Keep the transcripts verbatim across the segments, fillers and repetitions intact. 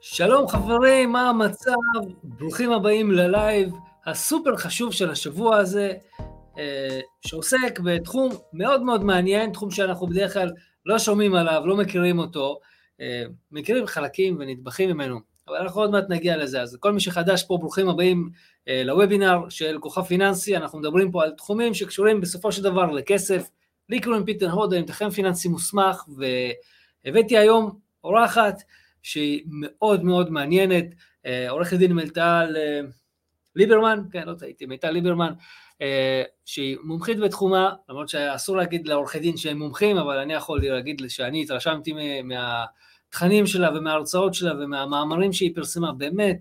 שלום חברים, מה המצב? ברוכים הבאים ללייב הסופר חשוב של השבוע הזה, שעוסק בתחום מאוד מאוד מעניין, תחום שאנחנו בדרך כלל לא שומעים עליו, לא מכירים אותו, מכירים חלקים ונדבכים ממנו, אבל אנחנו עוד מעט נגיע לזה. אז כל מי שחדש פה, ברוכים הבאים לוובינר של כוכב פיננסי. אנחנו מדברים פה על תחומים שקשורים בסופו של דבר לכסף. לי קוראים פיטר הודה, אני מתכנן פיננסי מוסמך, והבאתי היום אורחת שהיא מאוד מאוד מעניינת, עורכת דין מיטל ליברמן, כן, לא טעיתי, מיטל ליברמן, שהיא מומחית בתחומה, למרות שאסור להגיד לעורכי דין שהם מומחים, אבל אני יכול להגיד שאני התרשמתי מהתכנים שלה ומההרצאות שלה ומהמאמרים שהיא פרסמה, באמת,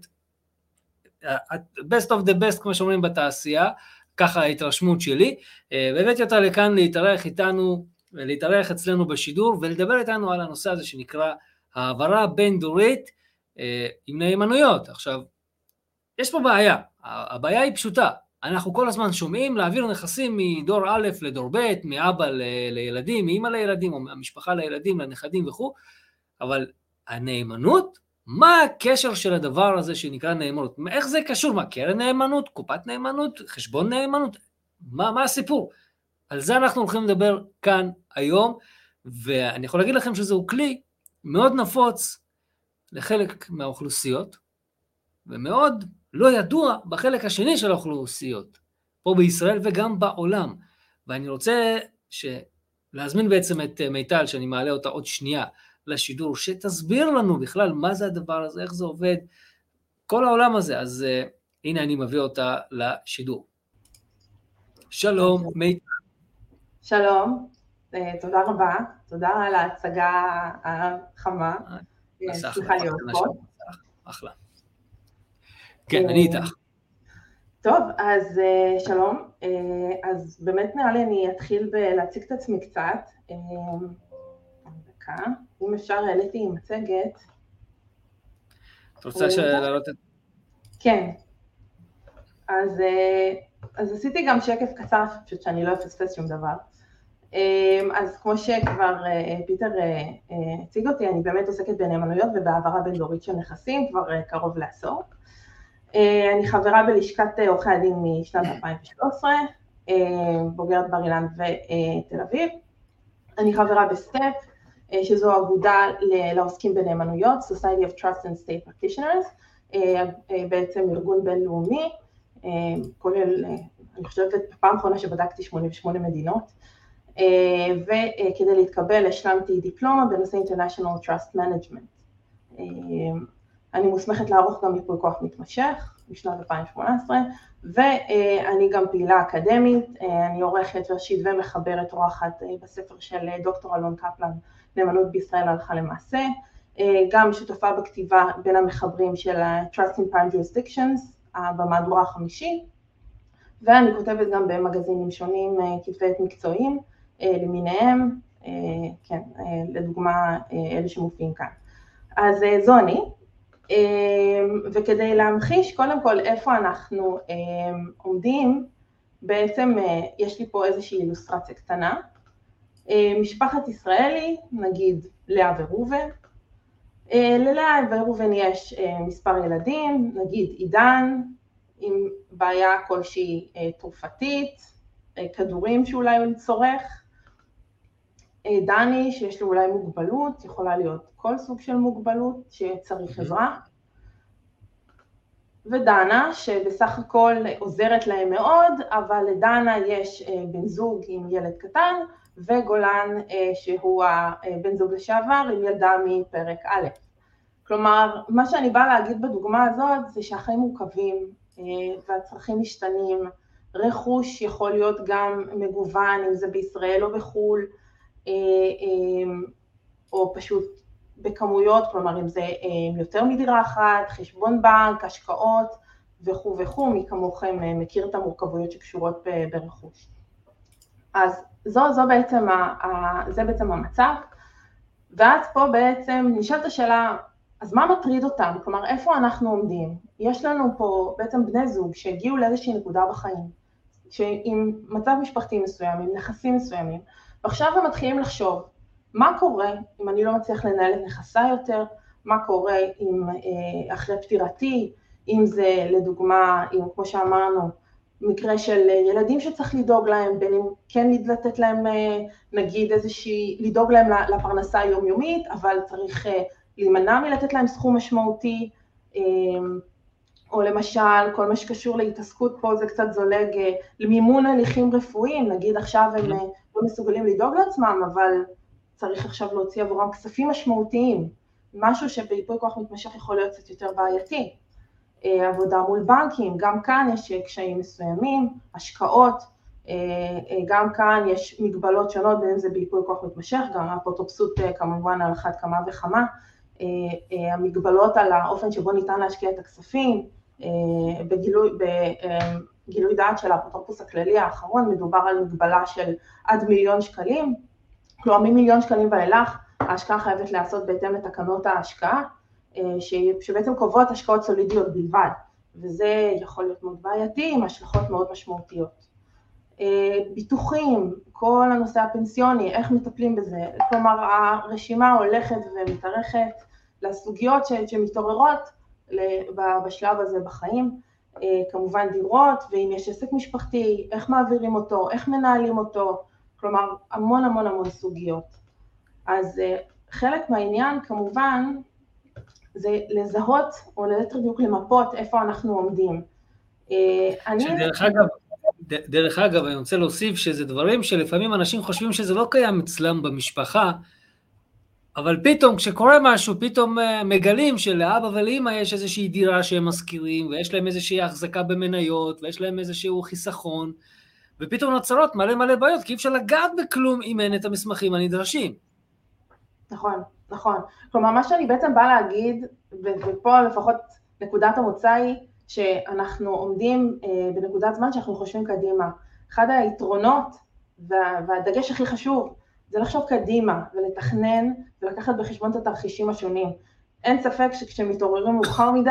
best of the best, כמו שאומרים בתעשייה, ככה ההתרשמות שלי, והבאתי אותה לכאן להתארח איתנו, להתארח אצלנו בשידור, ולדבר איתנו על הנושא הזה שנקרא העברה בין דורית אה, עם נאמנויות. עכשיו, יש פה בעיה, הבעיה היא פשוטה, אנחנו כל הזמן שומעים להעביר נכסים מדור א' לדור ב', מאבא ל- לילדים, מאמא לילדים, או מהמשפחה לילדים, לנכדים וכו', אבל הנאמנות, מה הקשר של הדבר הזה שנקרא נאמנות? איך זה קשור? מה, קרן נאמנות, קופת נאמנות, חשבון נאמנות? מה, מה הסיפור? על זה אנחנו הולכים לדבר כאן היום, ואני יכול להגיד לכם שזהו כלי מאוד נפוץ לחלק מהאוכלוסיות, ומאוד לא ידוע בחלק השני של האוכלוסיות, פה בישראל וגם בעולם. ואני רוצה להזמין בעצם את מיטל, שאני מעלה אותה עוד שנייה לשידור, שתסביר לנו בכלל מה זה הדבר הזה, איך זה עובד, כל העולם הזה. אז uh, הנה אני מביא אותה לשידור. שלום מיטל. שלום, תודה רבה, תודה על ההצגה החמה, שמחה להיות פה. אחלה. כן, אני איתך. טוב, אז שלום, אז באמת נראה לי אני אתחיל להציג את עצמי קצת. דקה, אם אפשר העליתי עם מצגת. את רוצה להעלות את... כן, אז... אז עשיתי גם שקף קצר, פשוט שאני לא אפספס שום דבר. אז כמו שכבר פיטר הציג אותי, אני באמת עוסקת בנאמנויות ובהעברה בין דורית של נכסים, כבר קרוב לעשור. אני חברה בלשכת עורכי הדין משנת אלפיים ושלוש עשרה, בוגרת בר אילן ותל אביב. אני חברה בסטפ, שזו אגודה לעוסקים בנאמנויות, Society of Trust and State Practitioners, בעצם ארגון בינלאומי, כולל, אני חושבת, פעם אחרונה שבדקתי שמונים ושמונה מדינות, וכדי להתקבל השלמתי דיפלומה בנושא International Trust Management. אני מוסמכת לערוך גם ייפוי כוח מתמשך בשנת אלפיים שמונה עשרה, ואני גם פעילה אקדמית, אני עורכת ראשית ומחברת אורחת בספר של דוקטור אלון קפלן, נאמנות בישראל הלכה למעשה, גם שותפה בכתיבה בין המחברים של Trust in Prime Jurisdictions, במהדורה החמישית, ואני כותבת גם במגזינים שונים כתבי עת מקצועיים למיניהם, כן, לדוגמה אלה שמופיעים כאן. אז זו אני, וכדי להמחיש קודם כל איפה אנחנו עומדים, בעצם יש לי פה איזושהי אילוסטרציה קטנה. משפחת ישראלי, נגיד לאה וראובן, ללאה וראובן יש מספר ילדים, נגיד עידן, עם בעיה כלשהי תרופתית, כדורים שאולי הוא צורך, דני שיש לו אולי מוגבלות, יכולה להיות כל סוג של מוגבלות שצריך עזרה, ודנה שבסך הכל עוזרת להם מאוד, אבל לדנה יש בן זוג עם ילד קטן, וגולן שהוא הבן זוג לשעבר עם ילדה מפרק א'. כלומר, מה שאני באה להגיד בדוגמה הזאת זה שהחיים מורכבים והצרכים משתנים, רכוש יכול להיות גם מגוון, אם זה בישראל או בחול, או פשוט בכמויות, כלומר אם זה יותר מדירה אחת, חשבון בנק, השקעות וכו' וכו', מי כמוכם מכיר את המורכבויות שקשורות ברכוש. אז זו, זו בעצם, ה, זה בעצם המצב, ואז פה בעצם נשאלת השאלה, אז מה מטריד אותם? כלומר, איפה אנחנו עומדים? יש לנו פה בעצם בני זוג שהגיעו לאיזושהי נקודה בחיים, שעם מצב משפחתי מסוים, עם נכסים מסוימים, ועכשיו הם מתחילים לחשוב, מה קורה אם אני לא מצליח לנהל את נכסי יותר, מה קורה עם אחרי פטירתי, אם זה לדוגמה, אם, כמו שאמרנו, מקרה של ילדים שצריך לדאוג להם, בין אם כן לתת להם, נגיד איזושהי, לדאוג להם לפרנסה היומיומית, אבל צריך להימנע מלתת להם סכום משמעותי, או למשל, כל מה שקשור להתעסקות פה זה קצת זולג למימון הליכים רפואיים, נגיד עכשיו הם לא מסוגלים לדאוג לעצמם, אבל צריך עכשיו להוציא עבורם כספים משמעותיים, משהו שבייפוי כוח מתמשך יכול להיות קצת יותר בעייתי. עבודה מול בנקים, גם כאן יש קשיים מסוימים, השקעות, גם כאן יש מגבלות שונות, בין אם זה בייפוי כוח מתמשך, גם האפוטרופסות כמובן על אחת כמה וכמה, המגבלות על האופן שבו ניתן להשקיע את הכספים, בגילוי, בגילוי דעת של האפוטרופוס הכללי האחרון, מדובר על מגבלה של עד מיליון שקלים, כלומר ממיליון שקלים ואילך, ההשקעה חייבת לעשות בהתאם לתקנות ההשקעה, שבעצם קובעות השקעות סולידיות בלבד, וזה יכול להיות מאוד בעייתי, עם השלכות מאוד משמעותיות. ביטוחים, כל הנושא הפנסיוני, איך מטפלים בזה, כלומר הרשימה הולכת ומתארכת לסוגיות שמתעוררות בשלב הזה בחיים, כמובן דירות, ואם יש עסק משפחתי, איך מעבירים אותו, איך מנהלים אותו, כלומר המון המון המון סוגיות. אז חלק מהעניין כמובן זה לזהות או ליתר דיוק למפות איפה אנחנו עומדים. שדרך אגב, דרך אגב, אני רוצה להוסיף שזה דברים שלפעמים אנשים חושבים שזה לא קיים אצלם במשפחה, אבל פתאום כשקורה משהו, פתאום מגלים שלאבא ולאמא יש איזושהי דירה שהם מזכירים, ויש להם איזושהי החזקה במניות, ויש להם איזשהו חיסכון, ופתאום נוצרות מלא מלא בעיות, כי אי אפשר לגעת בכלום אם אין את המסמכים הנדרשים. נכון, נכון. כלומר, מה שאני בעצם באה להגיד, ופה לפחות נקודת המוצא היא, שאנחנו עומדים בנקודת זמן שאנחנו חושבים קדימה. אחד היתרונות והדגש הכי חשוב, זה לחשוב קדימה ולתכנן ולקחת בחשבון את התרחישים השונים. אין ספק שכשמתעוררים מאוחר מדי,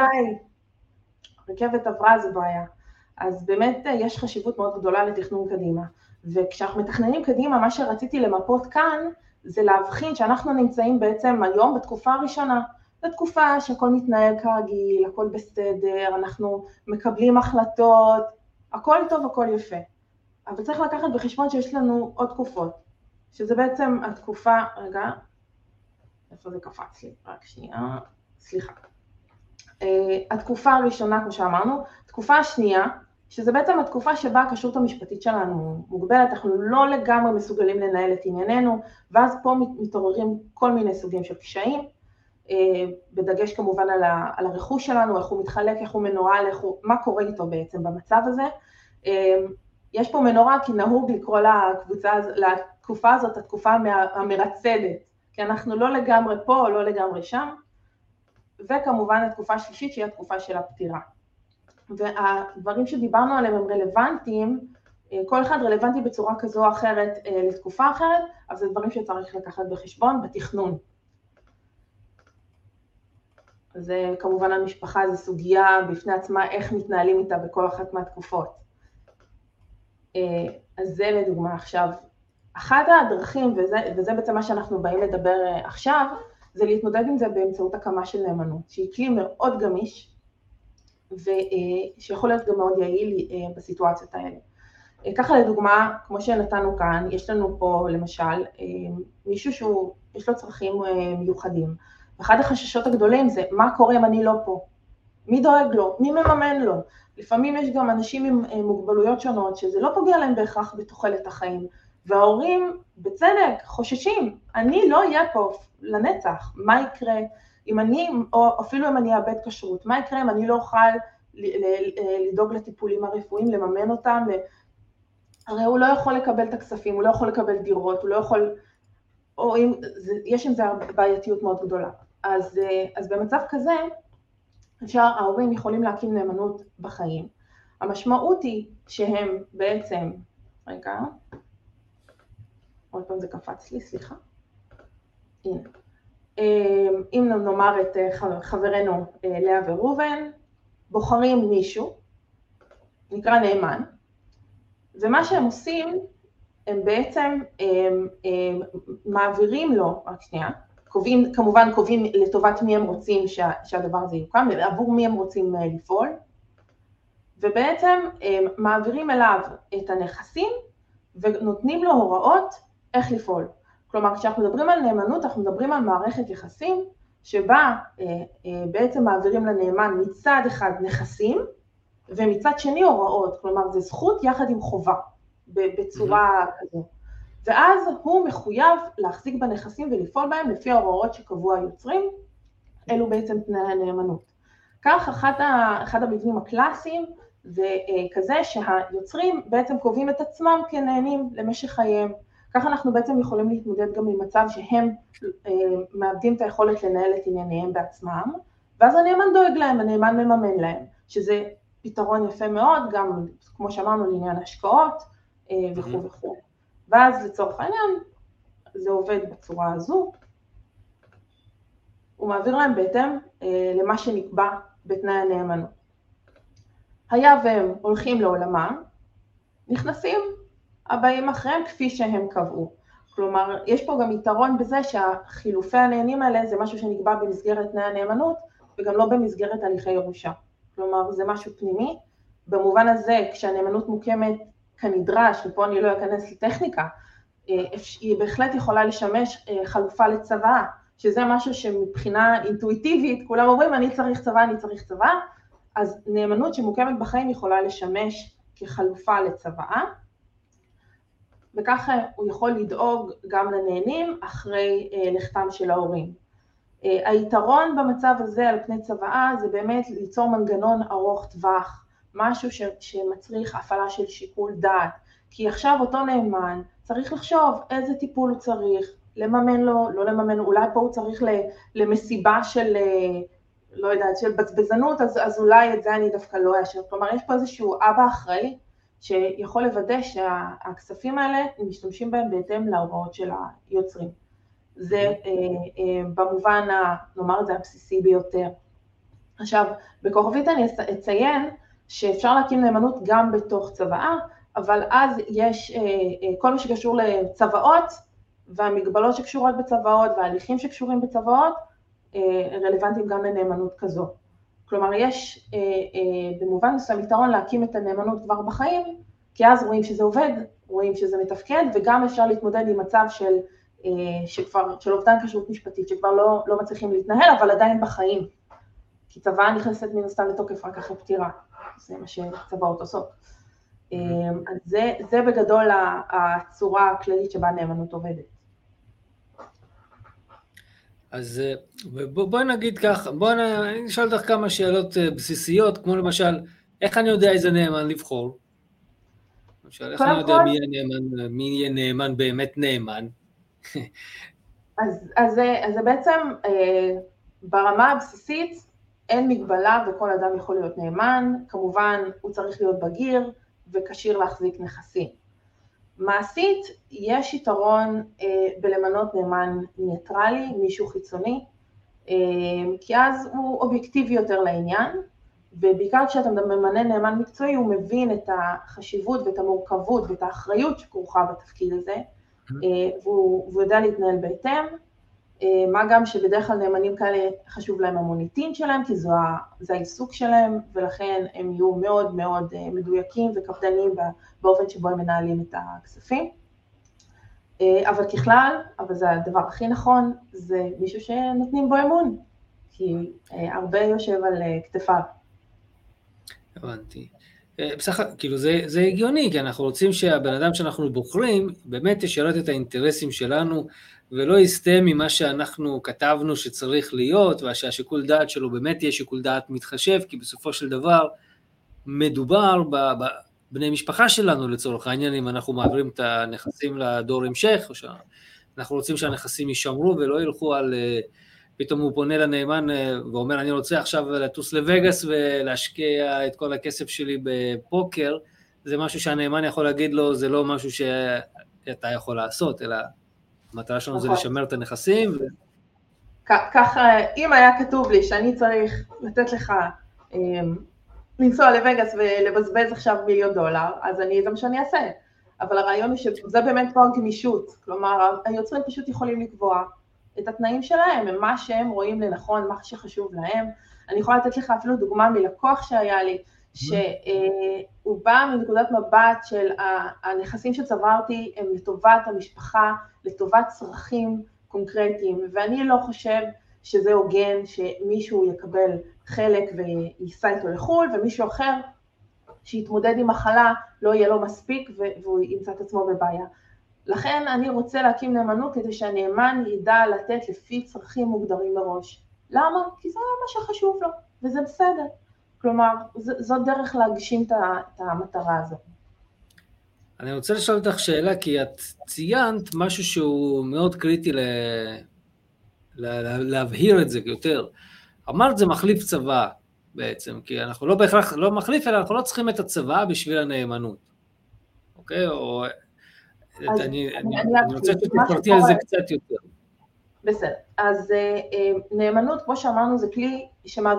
רכבת עברה זו בעיה. אז באמת יש חשיבות מאוד גדולה לתכנון קדימה. וכשאנחנו מתכננים קדימה, מה שרציתי למפות כאן, זה להבחין שאנחנו נמצאים בעצם היום בתקופה הראשונה. זו תקופה שהכל מתנהל כרגיל, הכל בסדר, אנחנו מקבלים החלטות, הכל טוב, הכל יפה. אבל צריך לקחת בחשבון שיש לנו עוד תקופות, שזה בעצם התקופה, רגע, איפה זה קפץ לי? רק שנייה, סליחה. התקופה הראשונה, כמו שאמרנו, תקופה השנייה, שזה בעצם התקופה שבה הכשרות המשפטית שלנו מוגבלת, אנחנו לא לגמרי מסוגלים לנהל את ענייננו, ואז פה מתעוררים כל מיני סוגים של קשיים, בדגש כמובן על, ה, על הרכוש שלנו, איך הוא מתחלק, איך הוא מנוהל, איך הוא, מה קורה איתו בעצם במצב הזה. יש פה מנורה כי נהוג לקרוא לקבוצה, לתקופה הזאת, התקופה המרצדת, כי אנחנו לא לגמרי פה, לא לגמרי שם, וכמובן התקופה השלישית שהיא התקופה של הפטירה. והדברים שדיברנו עליהם הם רלוונטיים, כל אחד רלוונטי בצורה כזו או אחרת לתקופה אחרת, אבל זה דברים שצריך לקחת בחשבון בתכנון. אז כמובן המשפחה זו סוגיה בפני עצמה, איך מתנהלים איתה בכל אחת מהתקופות. אז זה לדוגמה עכשיו. אחת הדרכים, וזה, וזה בעצם מה שאנחנו באים לדבר עכשיו, זה להתמודד עם זה באמצעות הקמה של נאמנות, שהיא כלי מאוד גמיש, ושיכול להיות גם מאוד יעיל בסיטואציות האלה. ככה לדוגמה, כמו שנתנו כאן, יש לנו פה למשל מישהו שיש לו צרכים מיוחדים, ואחד החששות הגדולים זה מה קורה אם אני לא פה, מי דואג לו, מי מממן לו. לפעמים יש גם אנשים עם מוגבלויות שונות שזה לא פוגע להם בהכרח בתוחלת החיים, וההורים בצדק חוששים, אני לא אהיה פה לנצח, מה יקרה אם אני, או אפילו אם אני אאבד כשרות, מה יקרה אם אני לא אוכל לדאוג לטיפולים הרפואיים, לממן אותם, הרי הוא לא יכול לקבל את הכספים, הוא לא יכול לקבל דירות, הוא לא יכול, או אם, יש עם זה בעייתיות מאוד גדולה. אז, אז במצב כזה, אפשר, ההורים יכולים להקים נאמנות בחיים. המשמעות היא שהם בעצם, רגע, עוד פעם זה קפץ לי, סליחה. הנה. אם נאמר את חברנו לאה וראובן, בוחרים מישהו, נקרא נאמן, ומה שהם עושים, הם בעצם הם, הם, מעבירים לו, רק שנייה, קובעים, כמובן קובעים לטובת מי הם רוצים שה, שהדבר הזה יוקם, עבור מי הם רוצים לפעול, ובעצם מעבירים אליו את הנכסים, ונותנים לו הוראות איך לפעול. כלומר, כשאנחנו מדברים על נאמנות, אנחנו מדברים על מערכת יחסים, שבה בעצם מעבירים לנאמן מצד אחד נכסים, ומצד שני הוראות, כלומר, זה זכות יחד עם חובה, בצורה כזו. ואז הוא מחויב להחזיק בנכסים ולפעול בהם לפי ההוראות שקבעו היוצרים, אלו בעצם תנאי הנאמנות. כך, אחד, ה, אחד המבנים הקלאסיים זה כזה שהיוצרים בעצם קובעים את עצמם כנהנים למשך חייהם. כך אנחנו בעצם יכולים להתמודד גם עם מצב שהם מאבדים את היכולת לנהל את ענייניהם בעצמם, ואז הנאמן דואג להם, הנאמן מממן להם, שזה פתרון יפה מאוד, גם כמו שאמרנו לעניין השקעות וכו' וכו'. ואז לצורך העניין, זה עובד בצורה הזו, הוא מעביר להם בהתאם למה שנקבע בתנאי הנאמנות. היה והם הולכים לעולמם, נכנסים הבאים אחריהם כפי שהם קבעו. כלומר, יש פה גם יתרון בזה שהחילופי הנהנים האלה זה משהו שנקבע במסגרת תנאי הנאמנות, וגם לא במסגרת הליכי ירושה. כלומר, זה משהו פנימי. במובן הזה, כשהנאמנות מוקמת כנדרש, ופה אני לא אכנס לטכניקה, היא בהחלט יכולה לשמש חלופה לצבא, שזה משהו שמבחינה אינטואיטיבית, כולם אומרים, אני צריך צבא, אני צריך צבא, אז נאמנות שמוקמת בחיים יכולה לשמש כחלופה לצבא, וככה הוא יכול לדאוג גם לנהנים אחרי לכתם של ההורים. היתרון במצב הזה על פני צבאה זה באמת ליצור מנגנון ארוך טווח, משהו ש, שמצריך הפעלה של שיקול דעת, כי עכשיו אותו נאמן צריך לחשוב איזה טיפול הוא צריך, לממן לו, לא לממן, אולי פה הוא צריך למסיבה של, לא יודעת, של בזבזנות, אז, אז אולי את זה אני דווקא לא אאשר. כלומר, יש פה איזשהו אבא אחראי, שיכול לוודא שהכספים האלה משתמשים בהם בהתאם להוראות של היוצרים. זה אה, אה, במובן, נאמר את זה, הבסיסי ביותר. עכשיו, בכוכבית אני אציין שאפשר להקים נאמנות גם בתוך צבאה, אבל אז יש אה, אה, כל מה שקשור לצבאות, והמגבלות שקשורות בצבאות, וההליכים שקשורים בצבאות, אה, רלוונטיים גם לנאמנות כזו. כלומר, יש אה, אה, במובן מסוים יתרון להקים את הנאמנות כבר בחיים, כי אז רואים שזה עובד, רואים שזה מתפקד, וגם אפשר להתמודד עם מצב של, אה, שכבר, של אובדן כשרות משפטית, שכבר לא, לא מצליחים להתנהל, אבל עדיין בחיים. כי צבא נכנסת מן הסתם לתוקף רק אחרי פטירה, זה מה שצבאות עושות. אה, אז זה, זה בגדול הצורה הכללית שבה נאמנות עובדת. אז בוא, בוא נגיד כך, בוא נשאל אותך כמה שאלות בסיסיות, כמו למשל, איך אני יודע איזה נאמן לבחור? למשל, איך אני יודע מי יהיה נאמן, מי יהיה נאמן באמת נאמן? אז, אז, אז זה בעצם, ברמה הבסיסית, אין מגבלה וכל אדם יכול להיות נאמן, כמובן הוא צריך להיות בגיר וכשיר להחזיק נכסים. מעשית, יש יתרון אה, בלמנות נאמן ניטרלי, מישהו חיצוני, אה, כי אז הוא אובייקטיבי יותר לעניין, ובעיקר כשאתה ממנה נאמן מקצועי, הוא מבין את החשיבות ואת המורכבות ואת האחריות שכרוכה בתפקיד הזה, אה, והוא, והוא יודע להתנהל בהתאם, אה, מה גם שבדרך כלל נאמנים כאלה חשוב להם המוניטין שלהם, כי זו, זה העיסוק שלהם, ולכן הם יהיו מאוד מאוד מדויקים וקפדניים באופן שבו הם מנהלים את הכספים. אבל ככלל, אבל זה הדבר הכי נכון, זה מישהו שנותנים בו אמון, כי הרבה יושב על כתפיו. הבנתי. בסך הכל, כאילו זה, זה הגיוני, כי אנחנו רוצים שהבן אדם שאנחנו בוחרים, באמת ישרת את האינטרסים שלנו, ולא יסתה ממה שאנחנו כתבנו שצריך להיות, ושהשיקול דעת שלו באמת יהיה שיקול דעת מתחשב, כי בסופו של דבר מדובר בבני משפחה שלנו לצורך העניין, אם אנחנו מעבירים את הנכסים לדור המשך, או שאנחנו רוצים שהנכסים יישמרו ולא ילכו על, פתאום הוא פונה לנאמן ואומר, אני רוצה עכשיו לטוס לווגאס ולהשקיע את כל הכסף שלי בפוקר, זה משהו שהנאמן יכול להגיד לו, זה לא משהו שאתה יכול לעשות, אלא המטרה שלנו זה לשמר את הנכסים. ככה, אם היה כתוב לי שאני צריך לתת לך לנסוע לווגאס ולבזבז עכשיו מיליון דולר, אז אני, זה מה שאני אעשה. אבל הרעיון הוא שזה באמת פה גמישות, כלומר, היוצרים פשוט יכולים לקבוע את התנאים שלהם, מה שהם רואים לנכון, מה שחשוב להם. אני יכולה לתת לך אפילו דוגמה מלקוח שהיה לי, שהוא בא מנקודת מבט של הנכסים שצברתי הם לטובת המשפחה, לטובת צרכים קונקרטיים, ואני לא חושב שזה הוגן שמישהו יקבל חלק וייסע איתו לחול, ומישהו אחר שיתמודד עם מחלה לא יהיה לו מספיק והוא ימצא את עצמו בבעיה. לכן אני רוצה להקים נאמנות כדי שהנאמן ידע לתת לפי צרכים מוגדרים מראש. למה? כי זה מה שחשוב לו, וזה בסדר. כלומר, זו דרך להגשים את המטרה הזאת. אני רוצה לשאול אותך שאלה, כי את ציינת משהו שהוא מאוד קריטי ל... להבהיר את זה יותר. אמרת זה מחליף צבא בעצם, כי אנחנו לא בהכרח, לא מחליף, אלא אנחנו לא צריכים את הצבא בשביל הנאמנות. אוקיי? או... אז אני, אני, אני, אני רוצה שתפרטי על זה קצת יותר. בסדר. אז נאמנות, כמו שאמרנו, זה כלי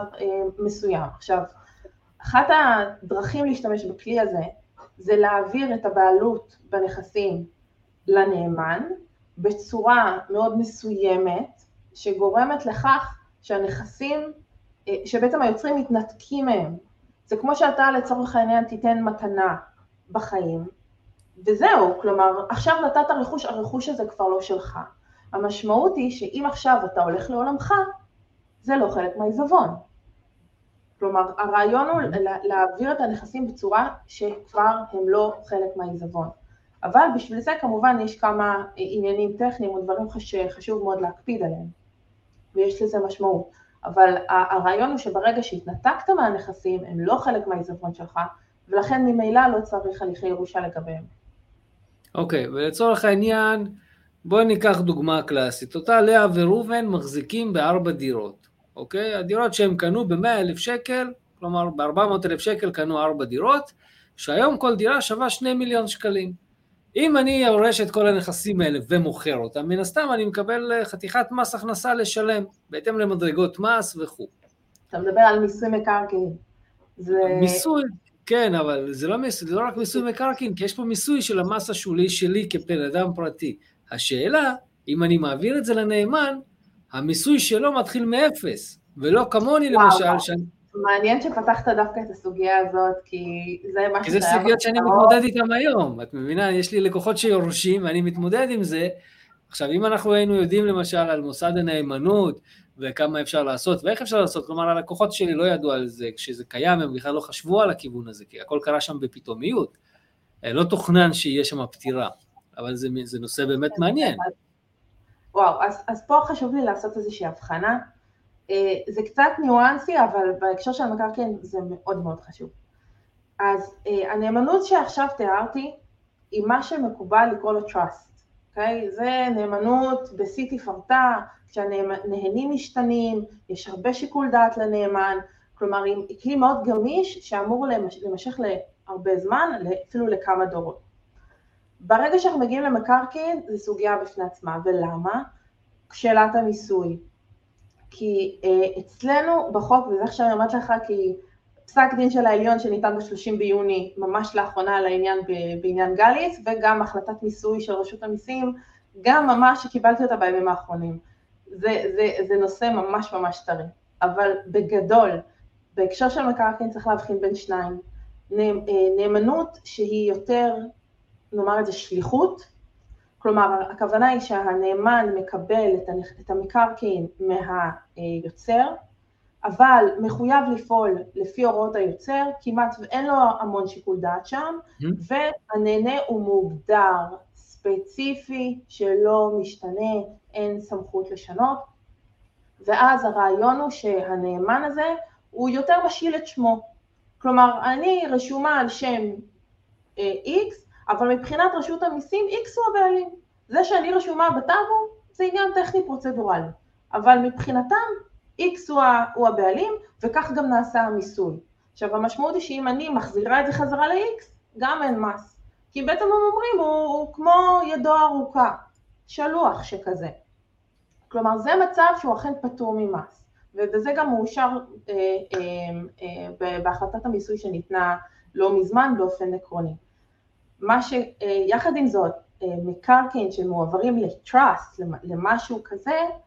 מסוים. עכשיו, אחת הדרכים להשתמש בכלי הזה, זה להעביר את הבעלות בנכסים לנאמן, בצורה מאוד מסוימת, שגורמת לכך שהנכסים, שבעצם היוצרים מתנתקים מהם. זה כמו שאתה לצורך העניין תיתן מתנה בחיים, וזהו, כלומר, עכשיו נתת רכוש, הרכוש הזה כבר לא שלך. המשמעות היא שאם עכשיו אתה הולך לעולמך, זה לא חלק מהעיזבון. כלומר, הרעיון הוא להעביר את הנכסים בצורה שכבר הם לא חלק מהעיזבון. אבל בשביל זה כמובן יש כמה עניינים טכניים או דברים שחשוב מאוד להקפיד עליהם, ויש לזה משמעות. אבל הרעיון הוא שברגע שהתנתקת מהנכסים, הם לא חלק מהעיזבון שלך, ולכן ממילא לא צריך הליכי ירושה לגביהם. אוקיי, ולצורך העניין, בואי ניקח דוגמה קלאסית. אותה לאה וראובן מחזיקים בארבע דירות. אוקיי? הדירות שהם קנו ב-מאה אלף שקל, כלומר ב-ארבע מאות אלף שקל קנו ארבע דירות, שהיום כל דירה שווה שני מיליון שקלים. אם אני יורש את כל הנכסים האלה ומוכר אותם, מן הסתם אני מקבל חתיכת מס הכנסה לשלם, בהתאם למדרגות מס וכו'. אתה מדבר על מיסוי מקרקעין. זה... מיסוי, כן, אבל זה לא, מיסוי, זה לא רק מיסוי מקרקעין, כי יש פה מיסוי של המס השולי שלי כבן אדם פרטי. השאלה, אם אני מעביר את זה לנאמן, המיסוי שלו מתחיל מאפס, ולא כמוני למשל. שאני... מעניין שפתחת דווקא את הסוגיה הזאת, כי זה מה כי זה סוגיות שאני מתמודד איתם היום, את מבינה, יש לי לקוחות שיורשים, ואני מתמודד עם זה. עכשיו, אם אנחנו היינו יודעים למשל על מוסד הנאמנות, וכמה אפשר לעשות, ואיך אפשר לעשות, כלומר, הלקוחות שלי לא ידעו על זה, כשזה קיים, הם בכלל לא חשבו על הכיוון הזה, כי הכל קרה שם בפתאומיות, לא תוכנן שיהיה שם פתירה, אבל זה, זה נושא באמת מעניין. וואו, אז, אז פה חשוב לי לעשות איזושהי הבחנה, זה קצת ניואנסי, אבל בהקשר של המקרקעין זה מאוד מאוד חשוב. אז הנאמנות שעכשיו תיארתי, היא מה שמקובל לקרוא לו trust, אוקיי? זה נאמנות בשיא תפארתה, כשהנהנים משתנים, יש הרבה שיקול דעת לנאמן, כלומר, היא כלי מאוד גמיש שאמור למשך להרבה זמן, אפילו לכמה דורות. ברגע שאנחנו מגיעים למקרקעין, זה סוגיה בפני עצמה, ולמה? שאלת המיסוי. כי uh, אצלנו בחוק, וזה עכשיו אני אומרת לך, כי פסק דין של העליון שניתן ב-שלושים ביוני, ממש לאחרונה על העניין בעניין גליס, וגם החלטת מיסוי של רשות המיסים, גם ממש שקיבלתי אותה בימים האחרונים. זה, זה, זה נושא ממש ממש טרי. אבל בגדול, בהקשר של מקרקעין צריך להבחין בין שניים. נאמנות שהיא יותר, נאמר את זה, שליחות, כלומר, הכוונה היא שהנאמן מקבל את המקרקעין מהיוצר, אבל מחויב לפעול לפי הוראות היוצר, כמעט ואין לו המון שיקול דעת שם, והנהנה הוא מוגדר ספציפי שלא משתנה, אין סמכות לשנות, ואז הרעיון הוא שהנאמן הזה הוא יותר משיל את שמו. כלומר, אני רשומה על שם X, אבל מבחינת רשות המיסים, X הוא הבעלים. זה שאני רשומה בטאבו, זה עניין טכני פרוצדורלי. אבל מבחינתם, X הוא הבעלים, וכך גם נעשה המיסוי. עכשיו, המשמעות היא שאם אני מחזירה את זה חזרה ל-X, גם אין מס. כי בעצם הם אומרים, הוא, הוא כמו ידו ארוכה, שלוח שכזה. כלומר, זה מצב שהוא אכן פטור ממס. ובזה גם מאושר אה, אה, אה, בהחלטת המיסוי שניתנה לא מזמן באופן עקרוני. מה שיחד עם זאת, מקרקעין שמועברים לטראסט, למשהו כזה,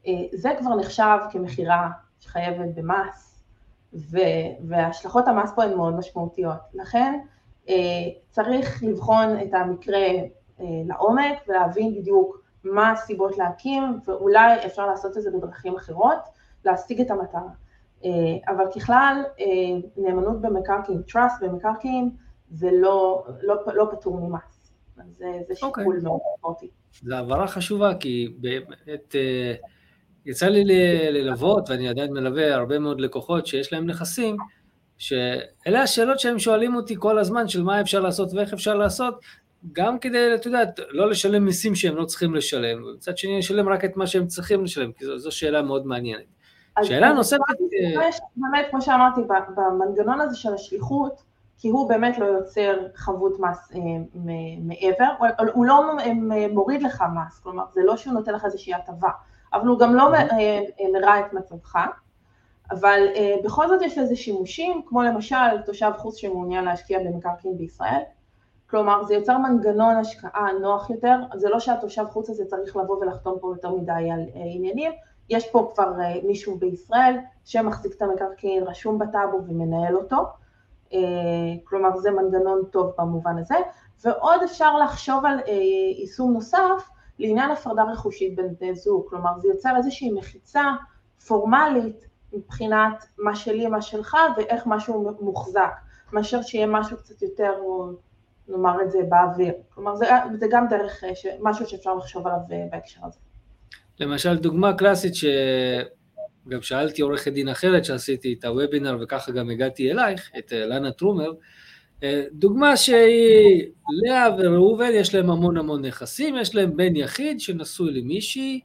זה כבר נחשב כמחירה שחייבת במס, והשלכות המס פה הן מאוד משמעותיות. לכן צריך לבחון את המקרה לעומק ולהבין בדיוק מה הסיבות להקים, ואולי אפשר לעשות את זה בדרכים אחרות, להשיג את המטרה. אבל ככלל, נאמנות במקרקעין, trust במקרקעין, זה לא, לא, לא פטור ממס. זה, זה שיקול okay. מאוד משמעותי. זו הבהרה חשובה, כי באמת יצא לי ללוות, ואני עדיין מלווה הרבה מאוד לקוחות שיש להם נכסים, שאלה השאלות שהם שואלים אותי כל הזמן, של מה אפשר לעשות ואיך אפשר לעשות, גם כדי, אתה יודע, לא לשלם מיסים שהם לא צריכים לשלם, ובצד שני לשלם רק את מה שהם צריכים לשלם, כי זו, זו שאלה מאוד מעניינת. שאלה נוספת... באמת, כמו שאמרתי, במנגנון הזה של השליחות, כי הוא באמת לא יוצר חבות מס מעבר, הוא לא מוריד לך מס, כלומר, זה לא שהוא נותן לך איזושהי הטבה, אבל הוא גם לא מראה את מצבך, אבל בכל זאת יש לזה שימושים, כמו למשל תושב חוץ שמעוניין להשקיע במקרקעין בישראל, כלומר, זה יוצר מנגנון השקעה נוח יותר, זה לא שהתושב חוץ הזה צריך לבוא ולחתום פה יותר מדי על עניינים, יש פה כבר מישהו בישראל שמחזיק את המקרקעין, רשום בטאבו ומנהל אותו, כלומר זה מנגנון טוב במובן הזה, ועוד אפשר לחשוב על יישום נוסף לעניין הפרדה רכושית בין בני זוג, כלומר זה יוצר איזושהי מחיצה פורמלית מבחינת מה שלי, מה שלך, ואיך משהו מוחזק, מאשר שיהיה משהו קצת יותר, נאמר את זה באוויר, כלומר זה, זה גם דרך משהו שאפשר לחשוב עליו בהקשר הזה. למשל, דוגמה קלאסית שגם שאלתי עורכת דין אחרת שעשיתי את הוובינר וככה גם הגעתי אלייך, את לנה טרומר, דוגמה שהיא לאה וראובן, יש להם המון המון נכסים, יש להם בן יחיד שנשוי למישהי,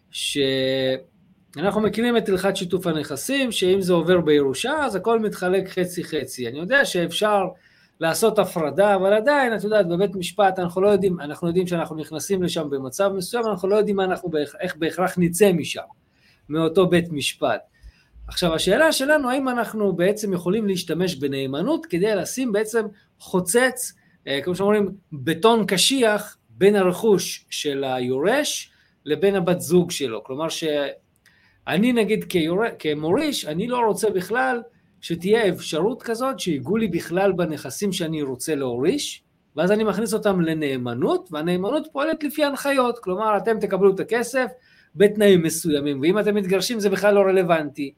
שאנחנו מכירים את הלכת שיתוף הנכסים, שאם זה עובר בירושה אז הכל מתחלק חצי חצי. אני יודע שאפשר לעשות הפרדה, אבל עדיין, את יודעת, בבית משפט אנחנו לא יודעים, אנחנו יודעים שאנחנו נכנסים לשם במצב מסוים, אנחנו לא יודעים מה אנחנו, איך בהכרח נצא משם, מאותו בית משפט. עכשיו, השאלה שלנו, האם אנחנו בעצם יכולים להשתמש בנאמנות, כדי לשים בעצם חוצץ, כמו שאומרים, בטון קשיח, בין הרכוש של היורש, לבין הבת זוג שלו. כלומר שאני נגיד כמוריש, אני לא רוצה בכלל, שתהיה אפשרות כזאת שיגעו לי בכלל בנכסים שאני רוצה להוריש, ואז אני מכניס אותם לנאמנות, והנאמנות פועלת לפי הנחיות, כלומר אתם תקבלו את הכסף בתנאים מסוימים, ואם אתם מתגרשים זה בכלל לא רלוונטי.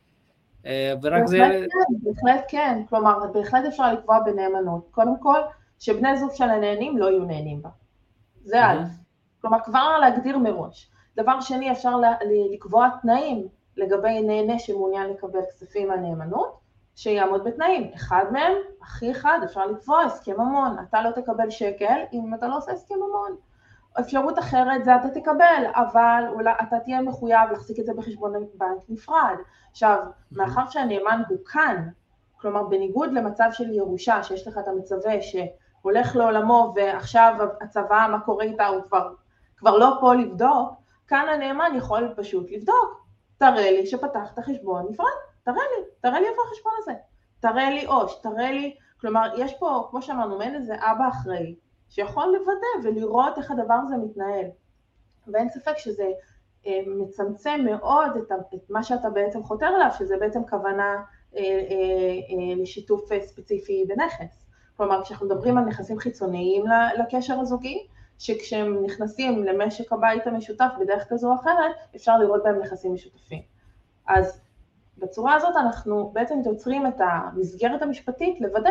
ורק זה... כן, בהחלט כן, כלומר בהחלט אפשר לקבוע בנאמנות, קודם כל שבני זוג של הנהנים לא יהיו נהנים בה, זה א', כלומר כבר להגדיר מראש. דבר שני, אפשר לקבוע תנאים לגבי נהנה שמעוניין לקבל כספים מהנאמנות, שיעמוד בתנאים, אחד מהם, הכי אחד, אפשר לקבוע הסכם ממון, אתה לא תקבל שקל אם אתה לא עושה הסכם ממון. אפשרות אחרת זה אתה תקבל, אבל אולי אתה תהיה מחויב להחזיק את זה בחשבון בנק נפרד. עכשיו, מאחר שהנאמן הוא כאן, כלומר בניגוד למצב של ירושה, שיש לך את המצווה שהולך לעולמו ועכשיו הצבא, מה קורה איתה, הוא כבר, כבר לא פה לבדוק, כאן הנאמן יכול פשוט לבדוק, תראה לי שפתחת חשבון נפרד. תראה לי, תראה לי איפה החשבון הזה, תראה לי עו"ש, תראה לי, כלומר, יש פה, כמו שאמרנו, מעין איזה אבא אחראי, שיכול לוודא ולראות איך הדבר הזה מתנהל, ואין ספק שזה אה, מצמצם מאוד את, את מה שאתה בעצם חותר אליו, שזה בעצם כוונה אה, אה, אה, לשיתוף ספציפי בנכס, כלומר, כשאנחנו מדברים על נכסים חיצוניים לקשר הזוגי, שכשהם נכנסים למשק הבית המשותף בדרך כזו או אחרת, אפשר לראות בהם נכסים משותפים. אז בצורה הזאת אנחנו בעצם יוצרים את המסגרת המשפטית לוודא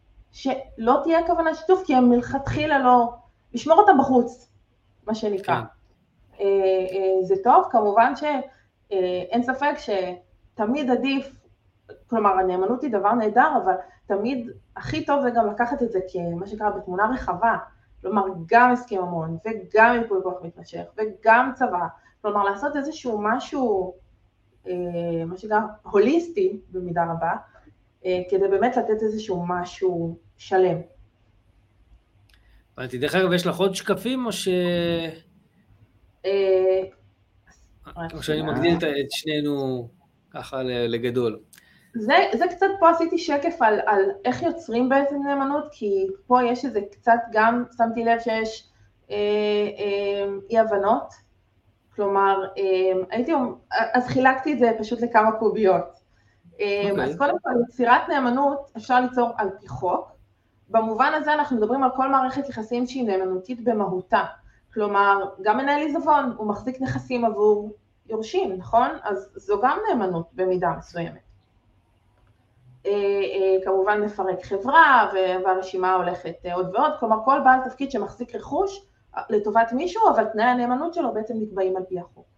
שלא תהיה כוונה שיתוף, כי הם מלכתחילה לא, לשמור אותה בחוץ, מה שנקרא. כן. זה טוב, כמובן שאין ספק שתמיד עדיף, כלומר הנאמנות היא דבר נהדר, אבל תמיד הכי טוב זה גם לקחת את זה כמה שנקרא בתמונה רחבה, כלומר גם הסכם ממון וגם ייפוי כוח מתמשך וגם צבא, כלומר לעשות איזשהו משהו, מה שנקרא הוליסטי במידה רבה, כדי באמת לתת איזשהו משהו שלם. הבנתי, דרך אגב, יש לך עוד שקפים או ש... או שאני מגדיל את שנינו ככה לגדול? זה, זה קצת פה עשיתי שקף על, על איך יוצרים בעצם נאמנות, כי פה יש איזה קצת גם, שמתי לב שיש אה, אה, אי הבנות, כלומר, הייתי, אז חילקתי את זה פשוט לכמה קוביות. Okay. אז קודם כל, יצירת נאמנות אפשר ליצור על פי חוק. במובן הזה אנחנו מדברים על כל מערכת יחסים שהיא נאמנותית במהותה. כלומר, גם מנהל עיזבון, הוא מחזיק נכסים עבור יורשים, נכון? אז זו גם נאמנות במידה מסוימת. כמובן מפרק חברה, והרשימה הולכת עוד ועוד, כלומר כל בעל תפקיד שמחזיק רכוש לטובת מישהו, אבל תנאי הנאמנות שלו בעצם נקבעים על פי החוק.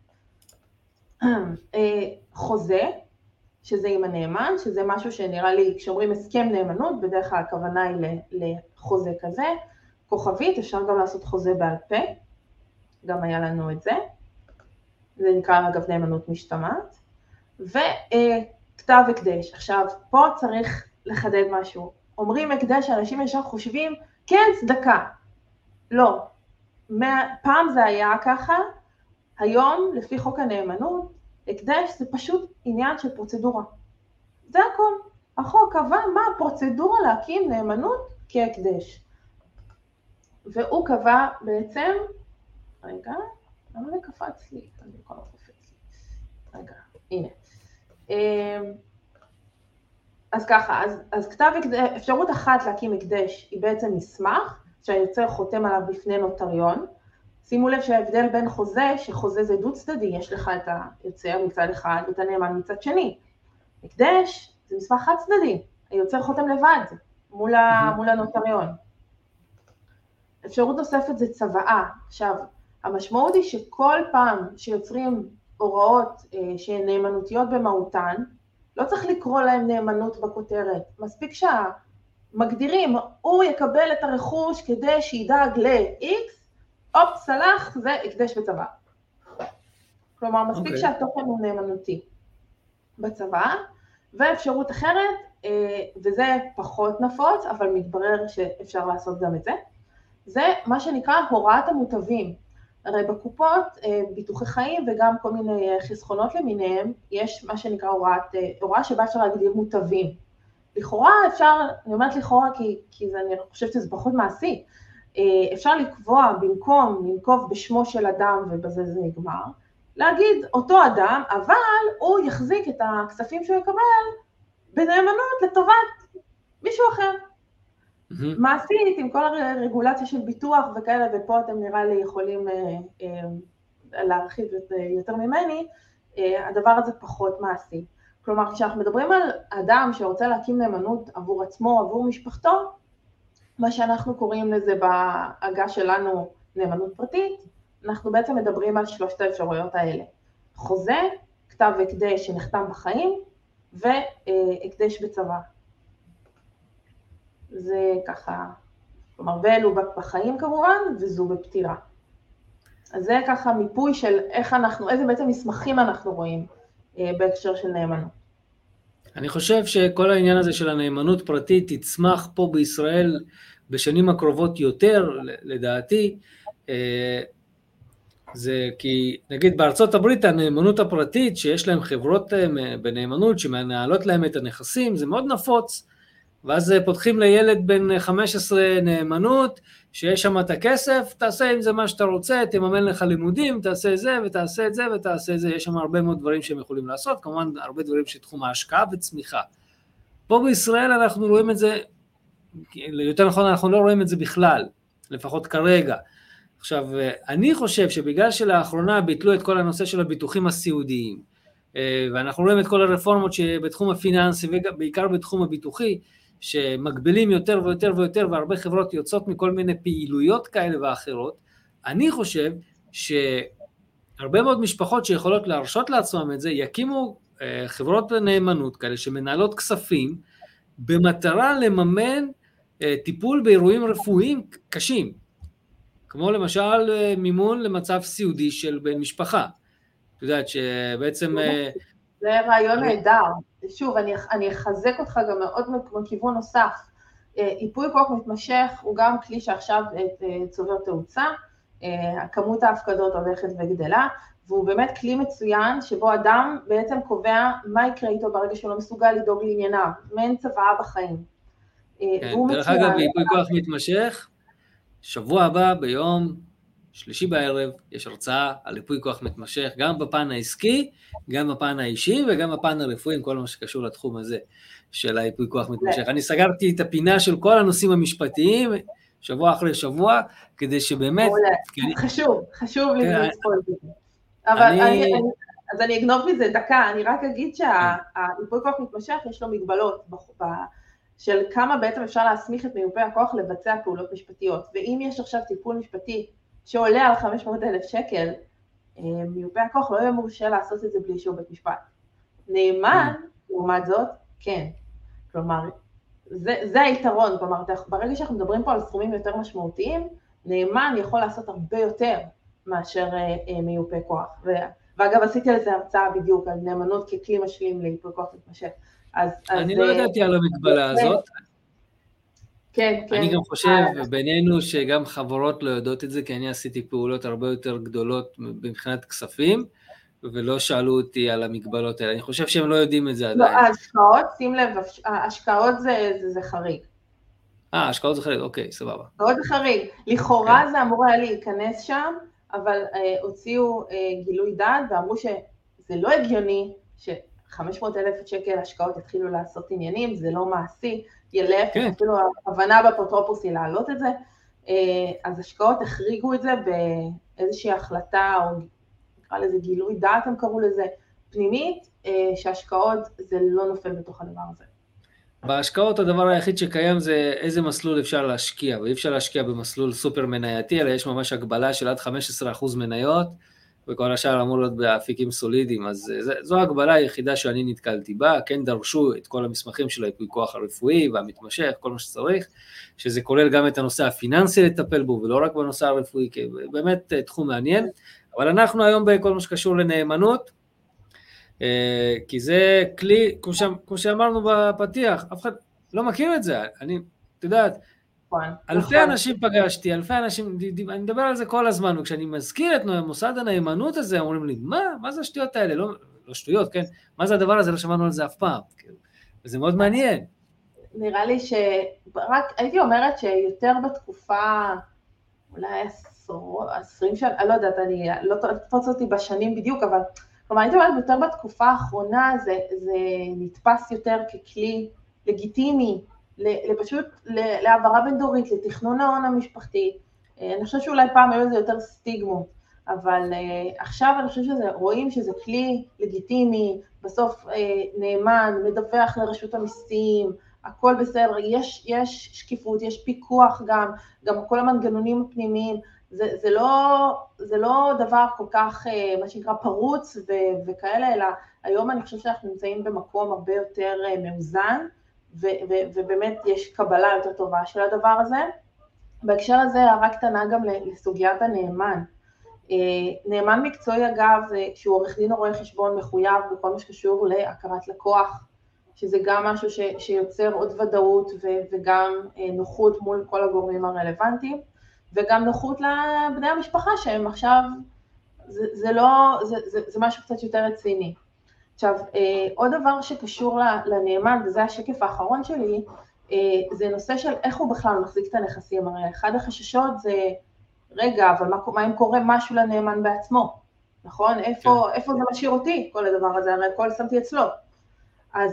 חוזה, שזה עם הנאמן, שזה משהו שנראה לי, כשאומרים הסכם נאמנות, בדרך כלל הכוונה היא לחוזה כזה, כוכבית, אפשר גם לעשות חוזה בעל פה, גם היה לנו את זה, זה נקרא אגב נאמנות משתמעת, וכתב הקדש. עכשיו, פה צריך לחדד משהו, אומרים הקדש, אנשים ישר חושבים, כן, צדקה, לא, פעם זה היה ככה, היום, לפי חוק הנאמנות, הקדש זה פשוט עניין של פרוצדורה. זה הכל. החוק קבע מה הפרוצדורה להקים נאמנות כהקדש. והוא קבע בעצם, רגע, למה זה קפץ לי? אני יכול לקפץ לי. רגע, הנה. אז ככה, אז, אז כתב הקדש, אפשרות אחת להקים הקדש היא בעצם מסמך, שהיוצר חותם עליו בפני נוטריון. שימו לב שההבדל בין חוזה, שחוזה זה דו צדדי, יש לך את היוצר מצד אחד ואת הנאמן מצד שני. הקדש זה מסמך חד צדדי, היוצר חותם לבד מול, ה, מול הנוטריון. אפשרות נוספת זה צוואה. עכשיו, המשמעות היא שכל פעם שיוצרים הוראות אה, שהן נאמנותיות במהותן, לא צריך לקרוא להם נאמנות בכותרת, מספיק שהמגדירים, הוא יקבל את הרכוש כדי שידאג ל-X, אופ, סלח, זה הקדש בצבא. כלומר, מספיק okay. שהתוכן הוא נאמנותי בצבא, ואפשרות אחרת, וזה פחות נפוץ, אבל מתברר שאפשר לעשות גם את זה, זה מה שנקרא הוראת המוטבים. הרי בקופות, ביטוחי חיים וגם כל מיני חסכונות למיניהם, יש מה שנקרא הוראת, הוראה שבה אפשר להגדיר מוטבים. לכאורה אפשר, אני אומרת לכאורה כי, כי זה, אני חושבת שזה פחות מעשי, אפשר לקבוע במקום לנקוב בשמו של אדם ובזה זה נגמר, להגיד אותו אדם, אבל הוא יחזיק את הכספים שהוא יקבל בנאמנות לטובת מישהו אחר. Mm-hmm. מעשית, עם כל הרגולציה של ביטוח וכאלה, ופה אתם נראה לי יכולים אה, אה, להרחיב יותר ממני, אה, הדבר הזה פחות מעשי. כלומר, כשאנחנו מדברים על אדם שרוצה להקים נאמנות עבור עצמו, עבור משפחתו, מה שאנחנו קוראים לזה בהגה שלנו נאמנות פרטית, אנחנו בעצם מדברים על שלושת האפשרויות האלה. חוזה, כתב הקדש שנחתם בחיים, והקדש בצבא. זה ככה, כלומר, ואלו בחיים כמובן, וזו בפטירה. אז זה ככה מיפוי של איך אנחנו, איזה בעצם מסמכים אנחנו רואים בהקשר של נאמנות. אני חושב שכל העניין הזה של הנאמנות פרטית תצמח פה בישראל בשנים הקרובות יותר, לדעתי, זה כי נגיד בארצות הברית הנאמנות הפרטית שיש להם חברות בנאמנות שמנהלות להם את הנכסים, זה מאוד נפוץ, ואז פותחים לילד בן חמש עשרה נאמנות, שיש שם את הכסף, תעשה עם זה מה שאתה רוצה, תממן לך לימודים, תעשה זה ותעשה את זה ותעשה את זה, יש שם הרבה מאוד דברים שהם יכולים לעשות, כמובן הרבה דברים שתחום ההשקעה וצמיחה. פה בישראל אנחנו רואים את זה, יותר נכון אנחנו לא רואים את זה בכלל, לפחות כרגע. עכשיו, אני חושב שבגלל שלאחרונה ביטלו את כל הנושא של הביטוחים הסיעודיים, ואנחנו רואים את כל הרפורמות שבתחום הפיננסי ובעיקר בתחום הביטוחי, שמגבילים יותר ויותר ויותר, והרבה חברות יוצאות מכל מיני פעילויות כאלה ואחרות, אני חושב שהרבה מאוד משפחות שיכולות להרשות לעצמם את זה, יקימו חברות נאמנות כאלה שמנהלות כספים, במטרה לממן טיפול באירועים רפואיים קשים, כמו למשל מימון למצב סיעודי של בן משפחה. את יודעת שבעצם... זה רעיון נהדר. שוב, אני, אני אחזק אותך גם מאוד מכיוון נוסף. ייפוי כוח מתמשך הוא גם כלי שעכשיו צובר תאוצה, כמות ההפקדות הולכת וגדלה, והוא באמת כלי מצוין שבו אדם בעצם קובע מה יקרה איתו ברגע שהוא לא מסוגל לדאוג לענייניו, מעין צוואה בחיים. כן, דרך אגב, ייפוי כוח מתמשך, שבוע הבא ביום שלישי בערב, יש הרצאה על ייפוי כוח מתמשך, גם בפן העסקי, גם בפן האישי, וגם בפן הרפואי, עם כל מה שקשור לתחום הזה של הייפוי כוח מתמשך. אני סגרתי את הפינה של כל הנושאים המשפטיים, שבוע אחרי שבוע, כדי שבאמת... חשוב, חשוב לי לצפות בזה. אבל אני... אז אני אגנוב מזה דקה, אני רק אגיד שהייפוי כוח מתמשך יש לו מגבלות של כמה בעצם אפשר להסמיך את מיופה הכוח לבצע פעולות משפטיות, ואם יש עכשיו טיפול משפטי שעולה על חמש מאות אלף שקל, מיופה הכוח לא יהיה מורשה לעשות את זה בלי אישור בית משפט. נאמן, לעומת זאת, כן. כלומר, זה, זה היתרון, כלומר, ברגע שאנחנו מדברים פה על סכומים יותר משמעותיים, נאמן יכול לעשות הרבה יותר מאשר מיופה כוח. ואגב, עשיתי לזה הרצאה בדיוק על נאמנות ככלי משלים לייפוי כוח מתמשך. אז, אני אז, לא ידעתי על המגבלה הזאת. כן, כן. אני גם חושב בינינו שגם חברות לא יודעות את זה, כי אני עשיתי פעולות הרבה יותר גדולות מבחינת כספים, ולא שאלו אותי על המגבלות האלה. אני חושב שהם לא יודעים את זה עדיין. לא, ההשקעות, שים לב, ההשקעות זה, זה, זה חריג. אה, ההשקעות זה חריג, אוקיי, סבבה. ההשקעות זה חריג. לכאורה כן. זה אמור היה להיכנס שם, אבל אה, הוציאו אה, גילוי דעת ואמרו שזה לא הגיוני ש-חמש מאות אלף שקל השקעות יתחילו לעשות עניינים, זה לא מעשי, ילך, כן. אפילו ההבנה באפוטרופוס היא להעלות את זה, אה, אז השקעות החריגו את זה באיזושהי החלטה, או נקרא לזה גילוי דעת הם קראו לזה, פנימית, אה, שהשקעות זה לא נופל בתוך הדבר הזה. בהשקעות הדבר היחיד שקיים זה איזה מסלול אפשר להשקיע, ואי אפשר להשקיע במסלול סופר מנייתי, אלא יש ממש הגבלה של עד חמישה עשר אחוז מניות, וכל השאר אמור להיות באפיקים סולידיים, אז זו ההגבלה היחידה שאני נתקלתי בה, כן דרשו את כל המסמכים של הייפוי כוח הרפואי והמתמשך, כל מה שצריך, שזה כולל גם את הנושא הפיננסי לטפל בו, ולא רק בנושא הרפואי, כי באמת תחום מעניין, אבל אנחנו היום בכל מה שקשור לנאמנות, כי זה כלי, כמו שאמרנו בפתיח, אף אחד לא מכיר את זה, אני, אתה יודעת, אלפי אנשים פגשתי, אלפי אנשים, אני מדבר על זה כל הזמן, וכשאני מזכיר את מוסד הנאמנות הזה, אומרים לי, מה? מה זה השטויות האלה? לא, לא שטויות, כן? מה זה הדבר הזה? לא שמענו על זה אף פעם. וזה מאוד מעניין. נראה לי שרק, הייתי אומרת שיותר בתקופה, אולי עשרים שנה, אני לא יודעת, אני לא תפוץ אותי בשנים בדיוק, אבל כלומר, הייתי אומרת, יותר בתקופה האחרונה זה, זה נתפס יותר ככלי לגיטימי, לפשוט להעברה בין דורית, לתכנון ההון המשפחתי. אני חושבת שאולי פעם היו זה יותר סטיגמות, אבל עכשיו אני חושבת שזה, רואים שזה כלי לגיטימי, בסוף נאמן, מדווח לרשות המיסים, הכל בסדר, יש, יש שקיפות, יש פיקוח גם, גם כל המנגנונים הפנימיים, זה, זה לא, זה לא דבר כל כך, מה שנקרא, פרוץ ו, וכאלה, אלא היום אני חושבת שאנחנו נמצאים במקום הרבה יותר מאוזן, ו, ו, ובאמת יש קבלה יותר טובה של הדבר הזה. בהקשר הזה, הערה קטנה גם לסוגיית הנאמן. נאמן מקצועי, אגב, שהוא עורך דין או רואה חשבון מחויב בכל מה שקשור להכרת לקוח, שזה גם משהו ש, שיוצר עוד ודאות ו, וגם נוחות מול כל הגורמים הרלוונטיים, וגם נוחות לבני המשפחה שהם עכשיו, זה, זה לא, זה, זה, זה משהו קצת יותר רציני. עכשיו, עוד דבר שקשור לנאמן, וזה השקף האחרון שלי, זה נושא של איך הוא בכלל מחזיק את הנכסים. הרי אחד החששות זה, רגע, אבל מה, מה אם קורה משהו לנאמן בעצמו? נכון? איפה, כן. איפה זה משאיר אותי, כל הדבר הזה? הרי הכל שמתי אצלו. אז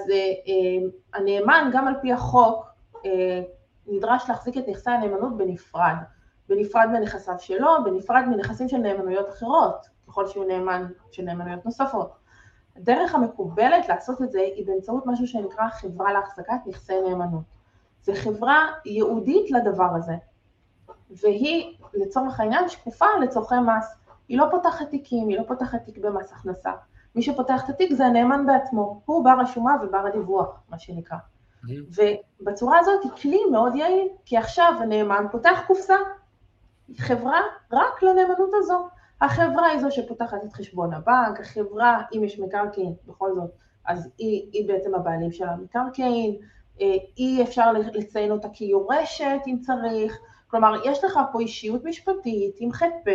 הנאמן, גם על פי החוק, נדרש להחזיק את נכסי הנאמנות בנפרד. בנפרד מנכסיו שלו, בנפרד מנכסים של נאמנויות אחרות, ככל שהוא נאמן של נאמנויות נוספות. הדרך המקובלת לעשות את זה היא באמצעות משהו שנקרא חברה להחזקת נכסי נאמנות. זו חברה ייעודית לדבר הזה, והיא לצורך העניין שקופה לצורכי מס. היא לא פותחת תיקים, היא לא פותחת תיק במס הכנסה. מי שפותח את התיק זה הנאמן בעצמו, הוא בר השומה ובר הדיווח, מה שנקרא. ובצורה הזאת היא כלי מאוד יעיל, כי עכשיו הנאמן פותח קופסה, חברה רק לנאמנות הזו. החברה היא זו שפותחת את חשבון הבנק, החברה, אם יש מקרקעין, בכל זאת, אז היא, היא בעצם הבעלים של המקרקעין, אי אפשר לציין אותה כיורשת אם צריך, כלומר, יש לך פה אישיות משפטית עם ח"פ,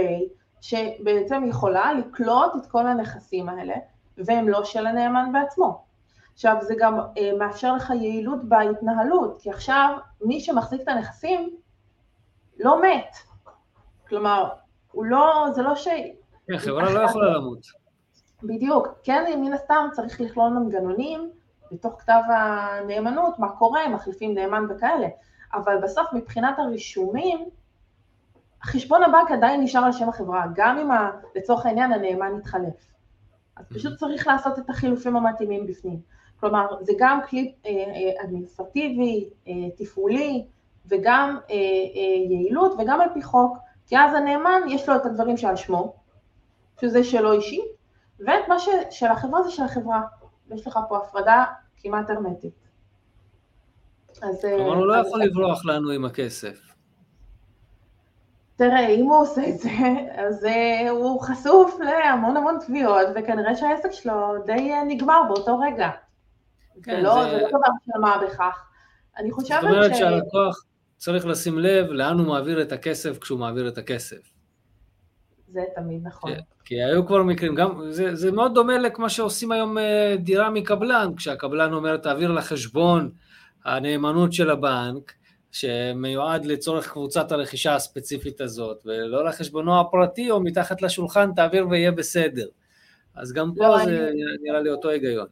שבעצם יכולה לקלוט את כל הנכסים האלה, והם לא של הנאמן בעצמו. עכשיו, זה גם מאפשר לך יעילות בהתנהלות, כי עכשיו מי שמחזיק את הנכסים לא מת, כלומר, הוא לא, זה לא ש... כן, חברה לא יכולה למות. בדיוק, כן, מן הסתם צריך לכלול מנגנונים בתוך כתב הנאמנות, מה קורה, מחליפים נאמן וכאלה, אבל בסוף מבחינת הרישומים, חשבון הבנק עדיין נשאר על שם החברה, גם אם ה, לצורך העניין הנאמן יתחלף. אז פשוט צריך לעשות את החילופים המתאימים בפנים. כלומר, זה גם כלי אדמיניסטרטיבי, תפעולי, וגם יעילות, וגם על פי חוק, כי אז הנאמן יש לו את הדברים שעל שמו, שזה שלו אישי, ואת מה של החברה זה של החברה. ויש לך פה הפרדה כמעט הרמטית. כלומר, הוא לא יכול לברוח לנו עם הכסף. תראה, אם הוא עושה את זה, אז הוא חשוף להמון המון תביעות, וכנראה שהעסק שלו די נגמר באותו רגע. זה לא דבר של מה בכך. אני חושבת ש... זאת אומרת שהלקוח צריך לשים לב לאן הוא מעביר את הכסף כשהוא מעביר את הכסף. זה תמיד נכון. כי היו כבר מקרים, גם, זה, זה מאוד דומה לכמה שעושים היום דירה מקבלן, כשהקבלן אומר תעביר לחשבון הנאמנות של הבנק, שמיועד לצורך קבוצת הרכישה הספציפית הזאת, ולא לחשבונו הפרטי או מתחת לשולחן תעביר ויהיה בסדר. אז גם פה לא, זה אני... נראה לי אותו היגיון.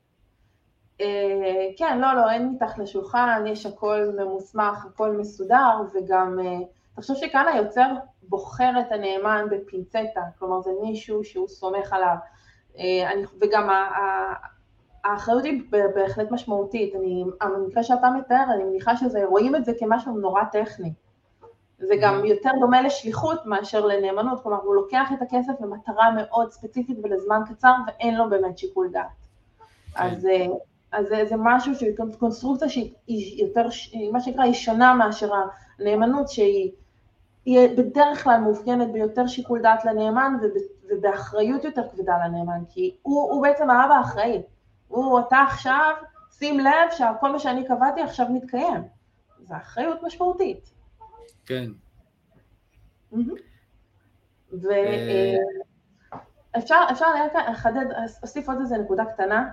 כן, לא, לא, אין מתחת לשולחן, יש הכל ממוסמך, הכל מסודר, וגם, אתה חושב שכאן היוצר בוחר את הנאמן בפינצטה, כלומר זה מישהו שהוא סומך עליו, וגם האחריות היא בהחלט משמעותית, אני, המקרה שאתה מתאר, אני מניחה שזה, רואים את זה כמשהו נורא טכני, זה גם יותר דומה לשליחות מאשר לנאמנות, כלומר הוא לוקח את הכסף למטרה מאוד ספציפית ולזמן קצר, ואין לו באמת שיקול דעת. אז, אז זה, זה משהו שהיא קונסטרוקציה שהיא יותר, מה שנקרא, היא שונה מאשר הנאמנות, שהיא היא בדרך כלל מאופיינת ביותר שיקול דעת לנאמן, ובאחריות יותר כבדה לנאמן, כי הוא, הוא בעצם האבא האחראי. הוא, אתה עכשיו, שים לב שכל מה שאני קבעתי עכשיו מתקיים. זו אחריות משמעותית. כן. ואפשר, אפשר לחדד, אוסיף עוד איזה נקודה קטנה,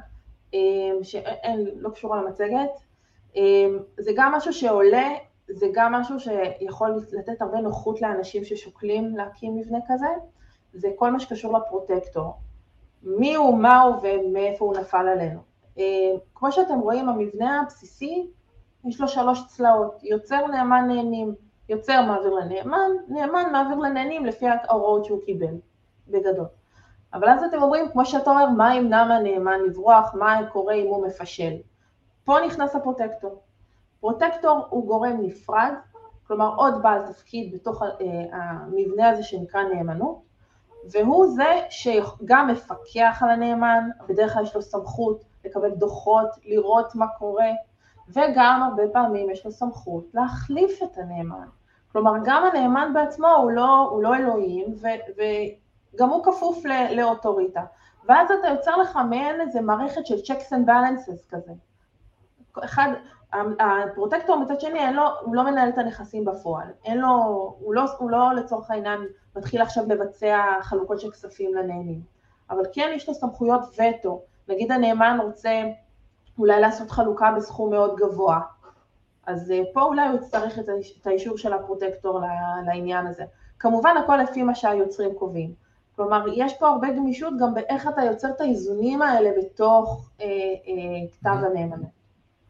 שאין, לא קשורה למצגת. זה גם משהו שעולה, זה גם משהו שיכול לתת הרבה נוחות לאנשים ששוקלים להקים מבנה כזה, זה כל מה שקשור לפרוטקטור. מי הוא, מה הוא ומאיפה הוא נפל עלינו. כמו שאתם רואים, המבנה הבסיסי, יש לו שלוש צלעות, יוצר נאמן נהנים, יוצר מעביר לנאמן, נאמן מעביר לנהנים לפי ההוראות שהוא קיבל, בגדול. אבל אז אתם אומרים, כמו שאתה אומר, מה ימנע מהנאמן לברוח, מה קורה אם הוא מפשל. פה נכנס הפרוטקטור. פרוטקטור הוא גורם נפרד, כלומר עוד בעל תפקיד בתוך המבנה הזה שנקרא נאמנות, והוא זה שגם מפקח על הנאמן, בדרך כלל יש לו סמכות לקבל דוחות, לראות מה קורה, וגם הרבה פעמים יש לו סמכות להחליף את הנאמן. כלומר, גם הנאמן בעצמו הוא לא, הוא לא אלוהים, ו, וגם הוא כפוף לאוטוריטה. ואז אתה יוצר לך מעין איזה מערכת של checks and balances כזה. אחד, הפרוטקטור מצד שני, אין לו, הוא לא מנהל את הנכסים בפועל, אין לו, הוא לא, הוא לא לצורך העניין מתחיל עכשיו לבצע חלוקות של כספים לנהנים, אבל כן יש לו סמכויות וטו, נגיד הנאמן רוצה אולי לעשות חלוקה בסכום מאוד גבוה, אז פה אולי הוא יצטרך את האישור של הפרוטקטור לעניין הזה, כמובן הכל לפי מה שהיוצרים קובעים, כלומר יש פה הרבה גמישות גם באיך אתה יוצר את האיזונים האלה בתוך אה, אה, כתב הנאמנות.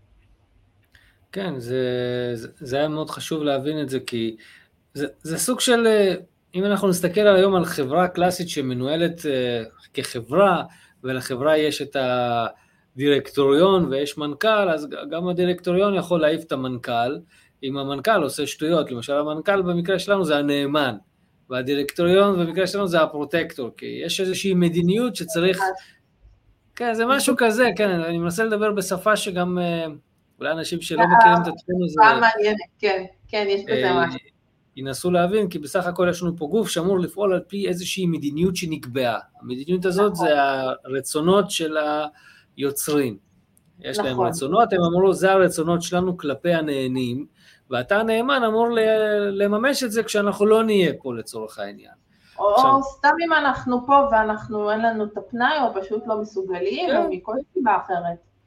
כן, זה, זה, זה היה מאוד חשוב להבין את זה, כי זה, זה סוג של, אם אנחנו נסתכל על היום על חברה קלאסית שמנוהלת כחברה, ולחברה יש את הדירקטוריון ויש מנכ"ל, אז גם הדירקטוריון יכול להעיף את המנכ"ל, אם המנכ"ל עושה שטויות, למשל המנכ"ל במקרה שלנו זה הנאמן, והדירקטוריון במקרה שלנו זה הפרוטקטור, כי יש איזושהי מדיניות שצריך, כן, זה משהו כזה, כן, אני מנסה לדבר בשפה שגם... אולי אנשים שלא מכירים את התחום הזה, פעם מעניינת, כן, כן, יש בזה משהו. ינסו להבין, כי בסך הכל יש לנו פה גוף שאמור לפעול על פי איזושהי מדיניות שנקבעה. המדיניות הזאת זה הרצונות של היוצרים. יש להם רצונות, הם אמרו, זה הרצונות שלנו כלפי הנהנים, ואתה הנאמן אמור לממש את זה כשאנחנו לא נהיה פה לצורך העניין. או סתם אם אנחנו פה ואנחנו אין לנו את הפנאי, או פשוט לא מסוגלים, או מכל סיבה אחרת.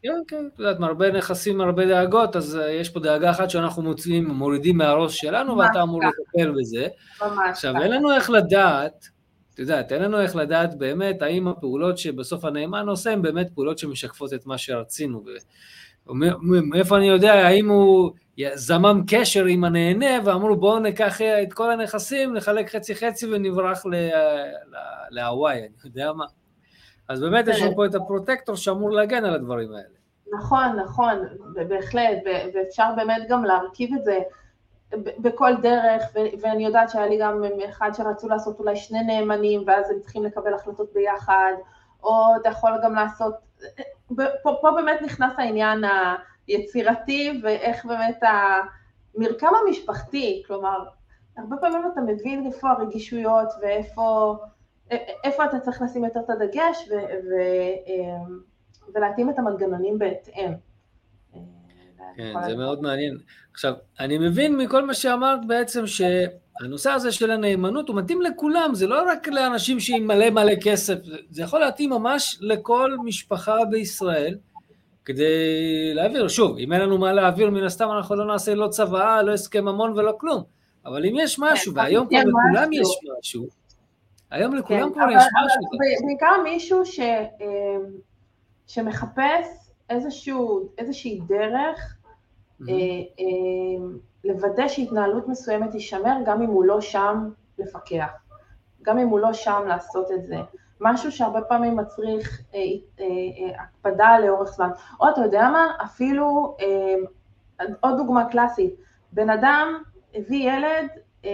כן, כן, את יודעת, מרבה נכסים, מרבה דאגות, אז יש פה דאגה אחת שאנחנו מוציאים, מורידים מהראש שלנו, ואתה אמור לטפל בזה. עכשיו, אין לנו איך לדעת, את יודעת, אין לנו איך לדעת באמת, האם הפעולות שבסוף הנאמן עושה, הן באמת פעולות שמשקפות את מה שרצינו, ומאיפה אני יודע, האם הוא זמם קשר עם הנהנה, ואמרו בואו ניקח את כל הנכסים, נחלק חצי חצי ונברח להוואי, אני יודע מה. אז באמת יש לנו פה את הפרוטקטור שאמור להגן על הדברים האלה. נכון, נכון, בהחלט, ואפשר באמת גם להרכיב את זה בכל דרך, ואני יודעת שהיה לי גם אחד שרצו לעשות אולי שני נאמנים, ואז הם צריכים לקבל החלטות ביחד, או אתה יכול גם לעשות, פה, פה באמת נכנס העניין היצירתי, ואיך באמת המרקם המשפחתי, כלומר, הרבה פעמים אתה מבין איפה הרגישויות, ואיפה איפה אתה צריך לשים יותר את הדגש, ו, ו, ולהתאים את המנגנונים בהתאם. כן, זה מאוד מעניין. עכשיו, אני מבין מכל מה שאמרת בעצם שהנושא הזה של הנאמנות הוא מתאים לכולם, זה לא רק לאנשים שעם מלא מלא כסף, זה יכול להתאים ממש לכל משפחה בישראל, כדי להעביר, שוב, אם אין לנו מה להעביר, מן הסתם אנחנו לא נעשה לא צבא, לא הסכם ממון ולא כלום, אבל אם יש משהו, והיום כבר לכולם יש משהו, היום לכולם כבר יש משהו. בעיקר מישהו ש... שמחפש איזשהו, איזושהי דרך לוודא שהתנהלות מסוימת תישמר, גם אם הוא לא שם לפקח, גם אם הוא לא שם לעשות את זה. משהו שהרבה פעמים מצריך הקפדה לאורך זמן. או אתה יודע מה? אפילו, עוד דוגמה קלאסית, בן אדם הביא ילד,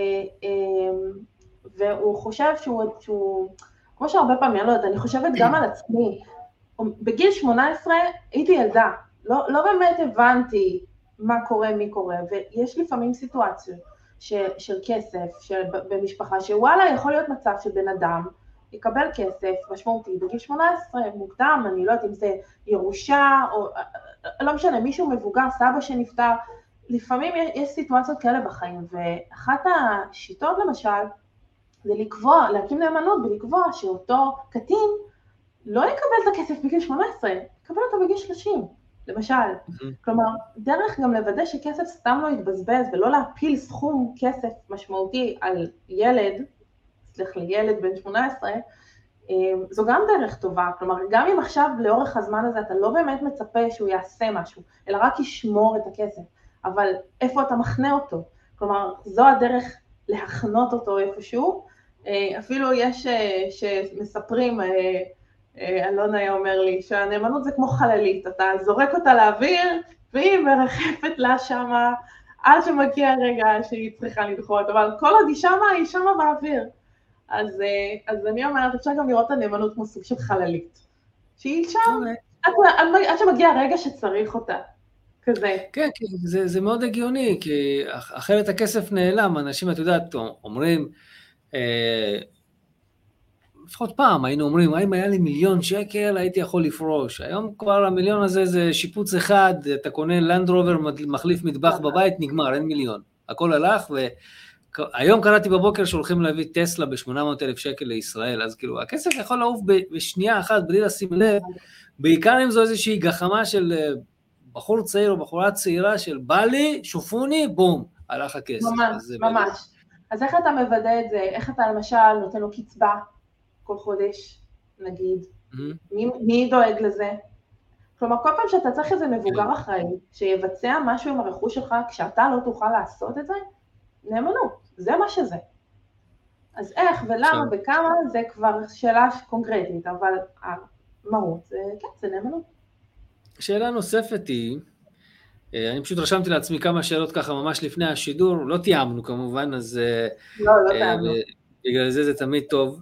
והוא חושב שהוא, שהוא, כמו שהרבה פעמים, אני לא יודעת, אני חושבת גם על עצמי, בגיל שמונה עשרה הייתי ילדה, לא, לא באמת הבנתי מה קורה, מי קורה, ויש לפעמים סיטואציות ש, של כסף, של, במשפחה, שוואלה יכול להיות מצב שבן אדם יקבל כסף משמעותי בגיל שמונה עשרה, מוקדם, אני לא יודעת אם זה ירושה, או לא משנה, מישהו מבוגר, סבא שנפטר, לפעמים יש, יש סיטואציות כאלה בחיים, ואחת השיטות למשל, זה לקבוע, להקים נאמנות ולקבוע שאותו קטין לא יקבל את הכסף בגיל שמונה עשרה, יקבל אותו בגיל שלושים, למשל. Mm-hmm. כלומר, דרך גם לוודא שכסף סתם לא יתבזבז, ולא להפיל סכום כסף משמעותי על ילד, סליח לי, ילד בן שמונה עשרה, זו גם דרך טובה. כלומר, גם אם עכשיו לאורך הזמן הזה אתה לא באמת מצפה שהוא יעשה משהו, אלא רק ישמור את הכסף, אבל איפה אתה מכנה אותו? כלומר, זו הדרך להכנות אותו איפשהו. אפילו יש שמספרים, אלון היה אומר לי, שהנאמנות זה כמו חללית, אתה זורק אותה לאוויר, והיא מרחפת לה שמה, עד שמגיע הרגע שהיא צריכה לדחות, אבל כל עוד היא שמה, היא שמה באוויר. אז, אז אני אומרת, אפשר גם לראות את הנאמנות כמו סוג של חללית, שהיא שם, עד, עד שמגיע הרגע שצריך אותה. כזה. כן, כן, זה, זה מאוד הגיוני, כי אחרת הכסף נעלם, אנשים, את יודעת, אומרים, אה, לפחות פעם היינו אומרים, אם היה לי מיליון שקל, הייתי יכול לפרוש. היום כבר המיליון הזה זה שיפוץ אחד, אתה קונה לנד רובר, מחליף מטבח בבית, נגמר, אין מיליון. הכל הלך, והיום קראתי בבוקר שהולכים להביא טסלה ב-שמונה מאות אלף שקל לישראל, אז כאילו, הכסף יכול לעוף בשנייה אחת, בלי לשים לב, בעיקר אם זו איזושהי גחמה של בחור צעיר או בחורה צעירה של בא לי, שופוני, בום, הלך הכסף. ממש, אז ממש. אז איך אתה מוודא את זה? איך אתה למשל נותן לו קצבה כל חודש, נגיד? Mm-hmm. מי, מי דואג לזה? כלומר, כל פעם שאתה צריך איזה מבוגר אחראי, שיבצע משהו עם הרכוש שלך, כשאתה לא תוכל לעשות את זה, נאמנות, זה מה שזה. אז איך ולמה וכמה זה כבר שאלה קונקרטית, אבל המהות זה, כן, זה נאמנות. שאלה נוספת היא, אני פשוט רשמתי לעצמי כמה שאלות ככה ממש לפני השידור, לא תיאמנו כמובן, אז לא, לא תיאמנו. בגלל זה זה תמיד טוב.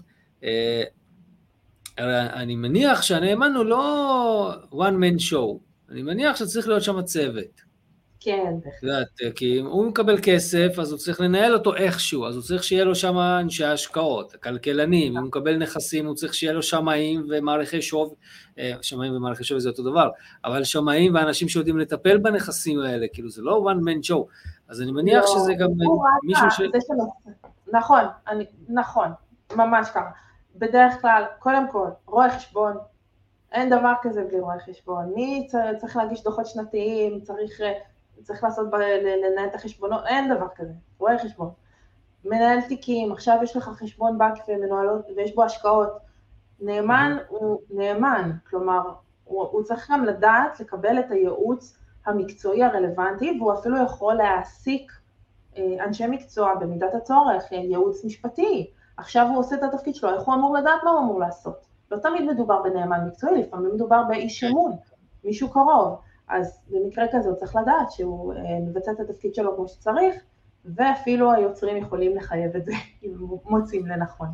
אני מניח שהנאמן הוא לא one man show, אני מניח שצריך להיות שם צוות. כן. יודעת, כי אם הוא מקבל כסף, אז הוא צריך לנהל אותו איכשהו, אז הוא צריך שיהיה לו שם אנשי השקעות, הכלכלנים, אם הוא מקבל נכסים, הוא צריך שיהיה לו שמאים ומערכי שוב, שמאים ומערכי שוב זה אותו דבר, אבל שמאים ואנשים שיודעים לטפל בנכסים האלה, כאילו זה לא one man show, אז אני מניח לא, שזה גם מישהו ש... נכון, אני, נכון, ממש ככה. בדרך כלל, קודם כל, רואה חשבון, אין דבר כזה בלי רואה חשבון. מי צריך להגיש דוחות שנתיים, צריך, צריך לעשות, לנהל את החשבונות, אין דבר כזה, רואה חשבון. מנהל תיקים, עכשיו יש לך חשבון בנק ומנוהלות, ויש בו השקעות. נאמן הוא נאמן, כלומר, הוא, הוא צריך גם לדעת לקבל את הייעוץ המקצועי הרלוונטי, והוא אפילו יכול להעסיק אנשי מקצוע במידת הצורך, ייעוץ משפטי. עכשיו הוא עושה את התפקיד שלו, איך הוא אמור לדעת מה הוא אמור לעשות? לא תמיד מדובר בנאמן מקצועי, לפעמים מדובר באיש אמון, מישהו קרוב. אז במקרה כזה הוא צריך לדעת שהוא מבצע את התפקיד שלו כמו שצריך, ואפילו היוצרים יכולים לחייב את זה, אם מוצאים לנכון.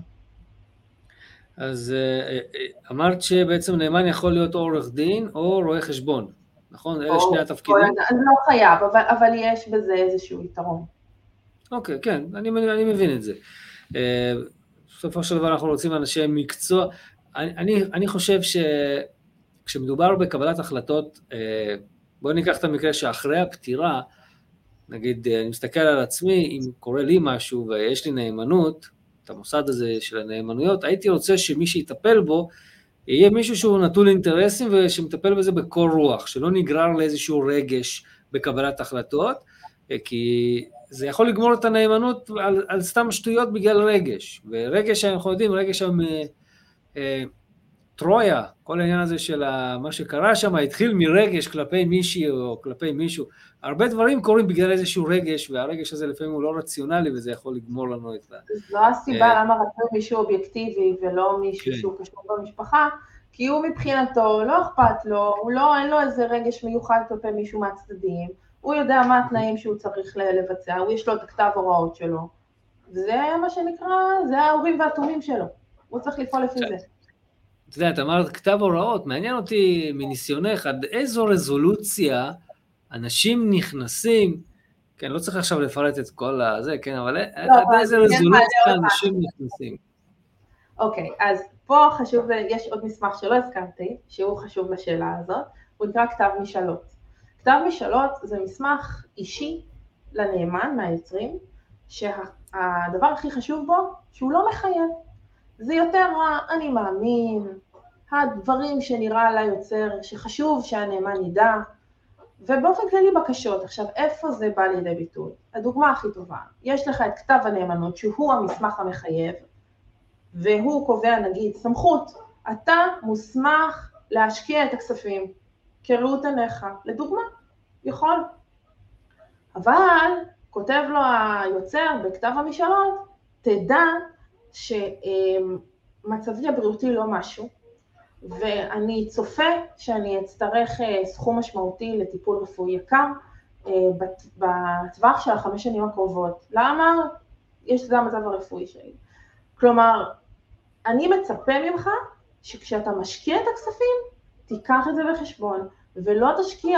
אז אמרת שבעצם נאמן יכול להיות או עורך דין או רואה חשבון, נכון? אלה שני התפקידים? אז לא חייב, אבל, אבל יש בזה איזשהו יתרון. אוקיי, כן, אני, אני מבין את זה. בסופו של דבר אנחנו רוצים אנשי מקצוע. אני, אני, אני חושב שכשמדובר בקבלת החלטות, בואו ניקח את המקרה שאחרי הפטירה, נגיד, אני מסתכל על עצמי, אם קורה לי משהו ויש לי נאמנות, את המוסד הזה של הנאמנויות, הייתי רוצה שמי שיטפל בו, יהיה מישהו שהוא נטול אינטרסים ושמטפל בזה בכל רוח, שלא נגרר לאיזשהו רגש בקבלת החלטות, כי זה יכול לגמור את הנאמנות על, על סתם שטויות בגלל רגש, ורגש אנחנו יודעים, רגש שם אה, טרויה, כל העניין הזה של מה שקרה שם, התחיל מרגש כלפי מישהי או כלפי מישהו, הרבה דברים קורים בגלל איזשהו רגש, והרגש הזה לפעמים הוא לא רציונלי, וזה יכול לגמור לנו את זה. זו הסיבה למה רצו מישהו אובייקטיבי, ולא מישהו שהוא קשור במשפחה, כי הוא מבחינתו לא אכפת לו, הוא לא, אין לו איזה רגש מיוחד כלפי מישהו מהצדדים, הוא יודע מה התנאים שהוא צריך לבצע, הוא יש לו את הכתב הוראות שלו, וזה מה שנקרא, זה ההורים והתומים שלו, הוא צריך לפעול לפי זה. אתה יודע, אתה אמרת כתב הוראות, מעניין אותי מניסיונך, עד איזו רזולוציה אנשים נכנסים, כן, לא צריך עכשיו לפרט את כל הזה, כן, אבל עד איזה רזולוציה אנשים נכנסים. אוקיי, אז פה חשוב, יש עוד מסמך שלא הזכרתי, שהוא חשוב לשאלה הזאת, הוא נקרא כתב משאלות. כתב משאלות זה מסמך אישי לנאמן מהיוצרים, שהדבר הכי חשוב בו, שהוא לא מחייב. זה יותר אני מאמין, הדברים שנראה ליוצר, שחשוב שהנאמן ידע, ובאופן כללי בקשות. עכשיו, איפה זה בא לידי ביטוי? הדוגמה הכי טובה, יש לך את כתב הנאמנות, שהוא המסמך המחייב, והוא קובע, נגיד, סמכות, אתה מוסמך להשקיע את הכספים, כראות עיניך, לדוגמה, יכול. אבל, כותב לו היוצר בכתב המשאלות, תדע שמצבי הבריאותי לא משהו, ואני צופה שאני אצטרך סכום משמעותי לטיפול רפואי יקר, בטווח של החמש שנים הקרובות. למה? יש זה המצב הרפואי שלי. כלומר, אני מצפה ממך שכשאתה משקיע את הכספים, תיקח את זה בחשבון, ולא תשקיע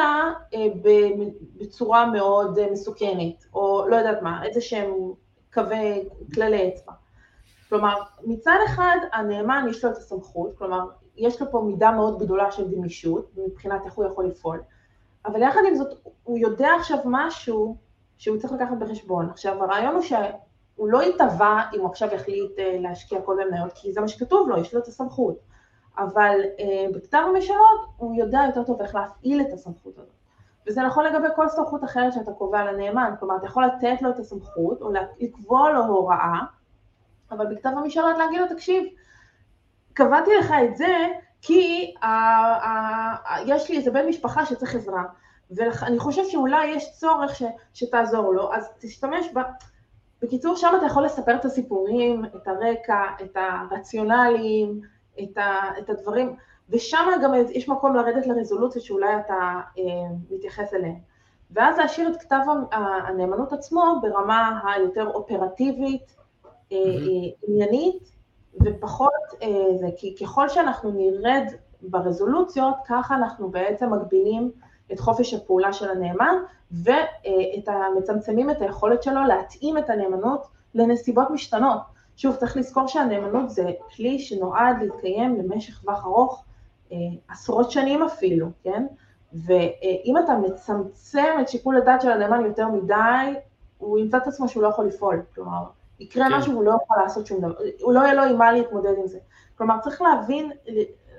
בצורה מאוד מסוכנת, או לא יודעת מה, איזה שהם קווי כללי אצבע. כלומר, מצד אחד הנאמן יש לו את הסמכות, כלומר, יש לו פה מידה מאוד גדולה של גמישות, מבחינת איך הוא יכול לפעול, אבל יחד עם זאת, הוא יודע עכשיו משהו שהוא צריך לקחת בחשבון. עכשיו, הרעיון הוא שהוא לא יתבע אם הוא עכשיו יחליט להשקיע כל במניות, כי זה מה שכתוב לו, יש לו את הסמכות. אבל uh, בכתב המשאלות הוא יודע יותר טוב איך להפעיל את הסמכות הזאת. וזה נכון לגבי כל סמכות אחרת שאתה קובע לנאמן, כלומר, אתה יכול לתת לו את הסמכות, או לקבוע לו הוראה, אבל בכתב המשאלות להגיד לו, תקשיב, קבעתי לך את זה, כי uh, uh, יש לי איזה בן משפחה שצריך עזרה, ואני חושב שאולי יש צורך ש, שתעזור לו, אז תשתמש ב... בקיצור, שם אתה יכול לספר את הסיפורים, את הרקע, את הרציונליים, את, ה, את הדברים, ושם גם יש מקום לרדת לרזולוציה שאולי אתה אה, מתייחס אליהם. ואז להשאיר את כתב הנאמנות עצמו ברמה היותר אופרטיבית, אה, mm-hmm. עניינית, ופחות אה, זה, כי ככל שאנחנו נרד ברזולוציות, ככה אנחנו בעצם מגבילים את חופש הפעולה של הנאמן, ואת המצמצמים את היכולת שלו להתאים את הנאמנות לנסיבות משתנות. שוב, צריך לזכור שהנאמנות זה כלי שנועד להתקיים למשך טווח ארוך, עשרות שנים אפילו, כן? ואם אתה מצמצם את שיקול הדעת של הנאמן יותר מדי, הוא ימצא את עצמו שהוא לא יכול לפעול, כלומר, יקרה כן. משהו, הוא לא יכול לעשות שום דבר, הוא לא יהיה לו עם מה להתמודד עם זה. כלומר, צריך להבין,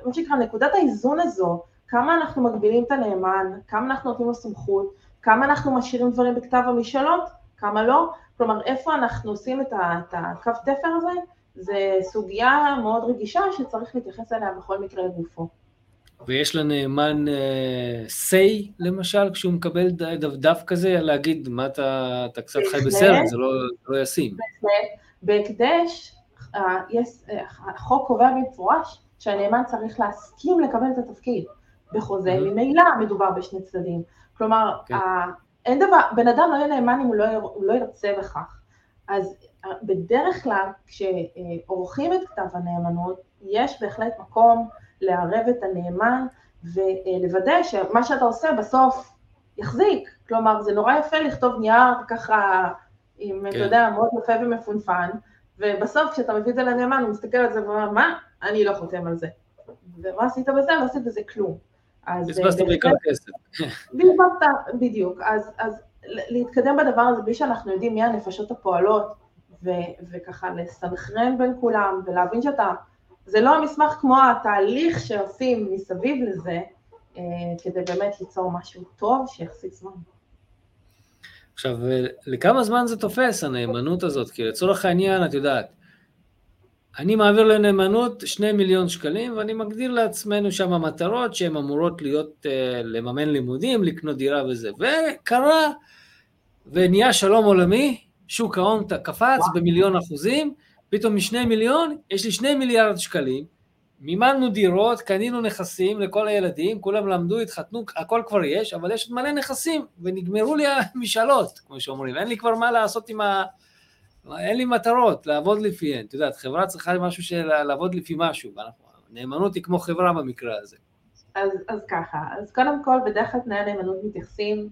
מה שנקרא, נקודת האיזון הזו, כמה אנחנו מגבילים את הנאמן, כמה אנחנו נותנים לו סמכות, כמה אנחנו משאירים דברים בכתב המשאלות, כמה לא, כלומר, איפה אנחנו עושים את הקו תפר הזה, זה סוגיה מאוד רגישה שצריך להתייחס אליה בכל מקרה גופו. ויש לנאמן say, למשל, כשהוא מקבל דף כזה, להגיד, מה אתה, אתה קצת חי בסרט, זה לא, לא ישים. בהקדש, החוק קובע במפורש שהנאמן צריך להסכים לקבל את התפקיד. בחוזה, ממילא מדובר בשני צדדים. כלומר, אין דבר, בן אדם לא יהיה נאמן אם הוא לא ירצה בכך. אז בדרך כלל, כשעורכים את כתב הנאמנות, יש בהחלט מקום לערב את הנאמן, ולוודא שמה שאתה עושה בסוף יחזיק. כלומר, זה נורא יפה לכתוב נייר ככה, אם אתה יודע, מאוד יפה ומפונפן, ובסוף כשאתה מביא את זה לנאמן, הוא מסתכל על זה ואומר, מה? אני לא חותם על זה. ומה עשית בזה? לא עשית בזה כלום. הסבסת בעיקר כסף. בדיוק. אז להתקדם בדבר הזה, בלי שאנחנו יודעים מי הנפשות הפועלות, וככה לסנכרן בין כולם, ולהבין שאתה, זה לא המסמך כמו התהליך שעושים מסביב לזה, כדי באמת ליצור משהו טוב שיחזיק זמן. עכשיו, לכמה זמן זה תופס, הנאמנות הזאת? כי לצורך העניין, את יודעת, אני מעביר לנאמנות שני מיליון שקלים, ואני מגדיר לעצמנו שם מטרות שהן אמורות להיות, לממן לימודים, לקנות דירה וזה. וקרה, ונהיה שלום עולמי, שוק ההון קפץ במיליון אחוזים, פתאום משני מיליון, יש לי שני מיליארד שקלים, מימנו דירות, קנינו נכסים לכל הילדים, כולם למדו, התחתנו, הכל כבר יש, אבל יש מלא נכסים, ונגמרו לי המשאלות, כמו שאומרים, אין לי כבר מה לעשות עם ה... אין לי מטרות, לעבוד לפיהן, אתה יודעת, חברה צריכה משהו של לעבוד לפי משהו, נאמנות היא כמו חברה במקרה הזה. אז, אז ככה, אז קודם כל, בדרך כלל תנאי הנאמנות מתייחסים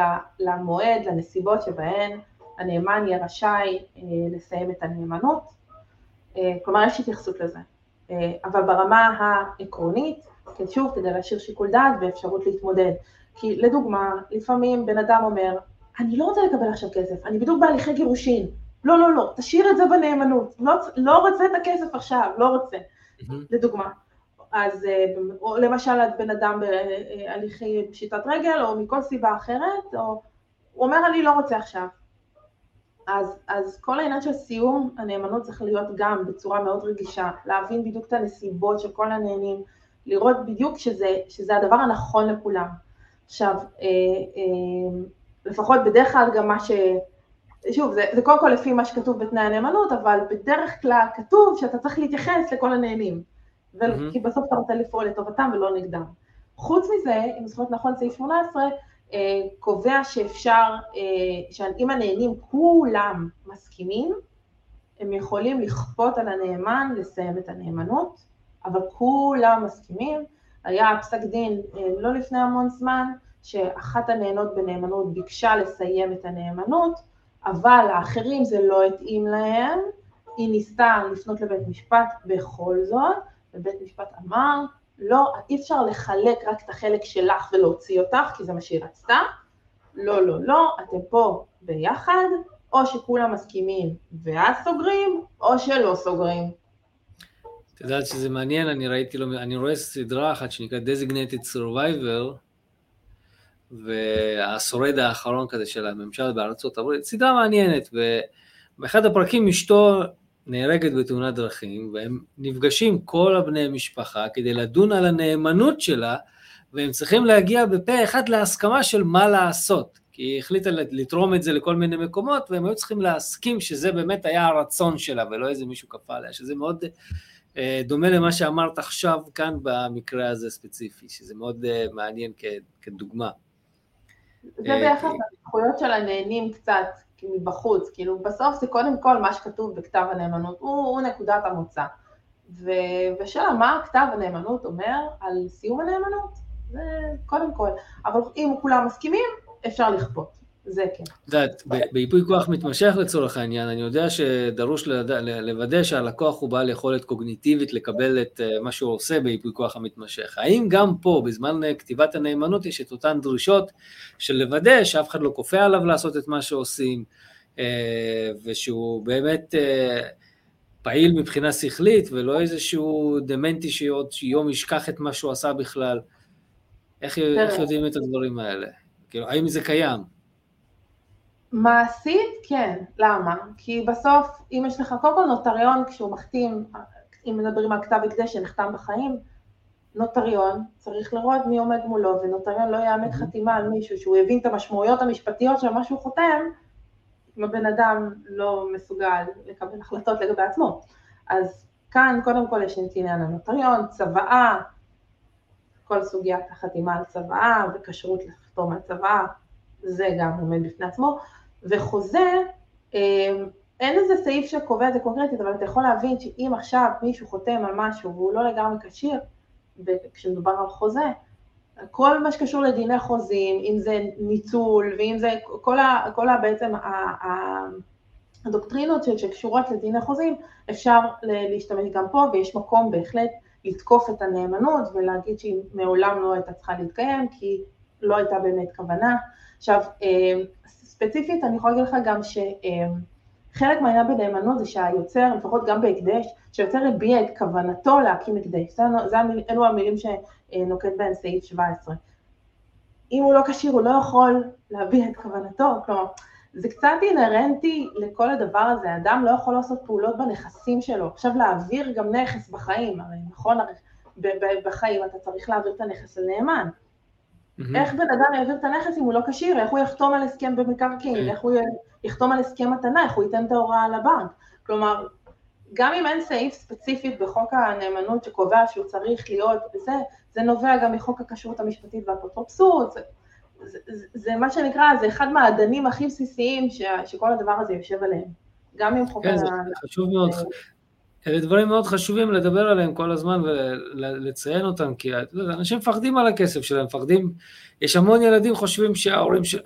למועד, לנסיבות שבהן הנאמן יהיה רשאי לסיים את הנאמנות, כלומר יש התייחסות לזה. אבל ברמה העקרונית, שוב, כדי להשאיר שיקול דעת ואפשרות להתמודד. כי לדוגמה, לפעמים בן אדם אומר, אני לא רוצה לקבל עכשיו כסף, אני בדיוק בהליכי גירושין. לא, לא, לא, תשאיר את זה בנאמנות. לא, לא רוצה את הכסף עכשיו, לא רוצה. לדוגמה. אז או למשל, בן אדם בהליכי פשיטת רגל, או מכל סיבה אחרת, או הוא אומר, אני לא רוצה עכשיו. אז, אז כל העניין של סיום הנאמנות צריך להיות גם בצורה מאוד רגישה, להבין בדיוק את הנסיבות של כל הנהנים, לראות בדיוק שזה, שזה הדבר הנכון לכולם. עכשיו, אה, אה, לפחות בדרך כלל גם מה ש... שוב, זה, זה קודם כל לפי מה שכתוב בתנאי הנאמנות, אבל בדרך כלל כתוב שאתה צריך להתייחס לכל הנהנים, ו... mm-hmm. כי בסוף אתה רוצה לפעול לטובתם ולא נגדם. חוץ מזה, אם זוכרת נכון, סעיף שמונה עשרה, קובע שאפשר, שאם הנהנים כולם מסכימים, הם יכולים לכפות על הנאמן לסיים את הנאמנות, אבל כולם מסכימים. היה פסק דין לא לפני המון זמן, שאחת הנהנות בנאמנות ביקשה לסיים את הנאמנות, אבל האחרים זה לא התאים להם, היא ניסתה לפנות לבית משפט בכל זאת, ובית משפט אמר, לא, אי אפשר לחלק רק את החלק שלך ולהוציא אותך, כי זה מה שהיא רצתה. לא, לא, לא, אתם פה ביחד, או שכולם מסכימים ואז סוגרים, או שלא סוגרים. את יודעת שזה מעניין, אני ראיתי לו, אני רואה סדרה אחת שנקראת Designated Survivor, והשורד האחרון כזה של הממשל בארצות הברית, סדרה מעניינת, ובאחד הפרקים אשתו נהרגת בתאונת דרכים, והם נפגשים כל הבני משפחה כדי לדון על הנאמנות שלה, והם צריכים להגיע בפה אחד להסכמה של מה לעשות, כי היא החליטה לתרום את זה לכל מיני מקומות, והם היו צריכים להסכים שזה באמת היה הרצון שלה, ולא איזה מישהו כפה עליה, שזה מאוד אה, דומה למה שאמרת עכשיו כאן במקרה הזה ספציפי, שזה מאוד אה, מעניין כ, כדוגמה. זה ביחס לזכויות של הנהנים קצת מבחוץ, כאילו בסוף זה קודם כל מה שכתוב בכתב הנאמנות, הוא, הוא נקודת המוצא. ו, ושאלה, מה כתב הנאמנות אומר על סיום הנאמנות? זה קודם כל, אבל אם כולם מסכימים, אפשר לכפות, זה כן. יודעת, בייפוי כוח מתמשך לצורך העניין, אני יודע שדרוש לוודא שהלקוח הוא בעל יכולת קוגניטיבית לקבל את מה שהוא עושה בייפוי כוח המתמשך. האם גם פה, בזמן כתיבת הנאמנות, יש את אותן דרישות של לוודא שאף אחד לא כופה עליו לעשות את מה שעושים, ושהוא באמת פעיל מבחינה שכלית, ולא איזשהו דמנטי שעוד יום ישכח את מה שהוא עשה בכלל. איך, איך יודעים את הדברים האלה? כאילו, האם זה קיים? מעשית, כן. למה? כי בסוף, אם יש לך, קודם כל נוטריון, כשהוא מחתים, אם מדברים על כתב הקדש שנחתם בחיים, נוטריון צריך לראות מי עומד מולו, ונוטריון לא יעמד חתימה על מישהו שהוא הבין את המשמעויות המשפטיות של מה שהוא חותם, אם הבן אדם לא מסוגל לקבל החלטות לגבי עצמו. אז כאן קודם כל יש את עניין הנוטריון, צוואה, כל סוגיית החתימה על צוואה וקשרות לחתום על צוואה, זה גם עומד בפני עצמו, וחוזה, אין איזה סעיף שקובע את זה קונקרטית, אבל אתה יכול להבין שאם עכשיו מישהו חותם על משהו והוא לא לגמרי כשיר, כשמדובר על חוזה, כל מה שקשור לדיני חוזים, אם זה ניצול, ואם זה כל, ה, כל ה, בעצם הדוקטרינות שקשורות לדיני חוזים, אפשר להשתמש גם פה, ויש מקום בהחלט לתקוף את הנאמנות, ולהגיד שהיא מעולם לא הייתה צריכה להתקיים, כי לא הייתה באמת כוונה. עכשיו, ספציפית אני יכולה להגיד לך גם שחלק מהעניין בנאמנות זה שהיוצר, לפחות גם בהקדש, שיוצר הביע את כוונתו להקים הקדש. זה, זה, אלו המילים שנוקט בהן סעיף שבע עשרה. אם הוא לא כשיר, הוא לא יכול להביע את כוונתו, כלומר, זה קצת אינרנטי לכל הדבר הזה, אדם לא יכול לעשות פעולות בנכסים שלו, עכשיו להעביר גם נכס בחיים, הרי נכון, בחיים אתה צריך להעביר את הנכס לנאמן, mm-hmm. איך בן אדם יעביר את הנכס אם הוא לא כשיר, איך הוא יחתום על הסכם במקרקעין, okay. איך הוא יחתום על הסכם מתנה, איך הוא ייתן את ההוראה לבנק, כלומר, גם אם אין סעיף ספציפית בחוק הנאמנות שקובע שהוא צריך להיות בזה, זה נובע גם מחוק הכשרות המשפטית והאפוטרופסות, זה, זה, זה, זה מה שנקרא, זה אחד מהאדנים הכי בסיסיים ש, שכל הדבר הזה יושב עליהם, גם עם חוק... כן, זה חשוב מאוד, אלה דברים מאוד חשובים לדבר עליהם כל הזמן ולציין אותם, כי אנשים מפחדים על הכסף שלהם, מפחדים, יש המון ילדים חושבים שההורים של...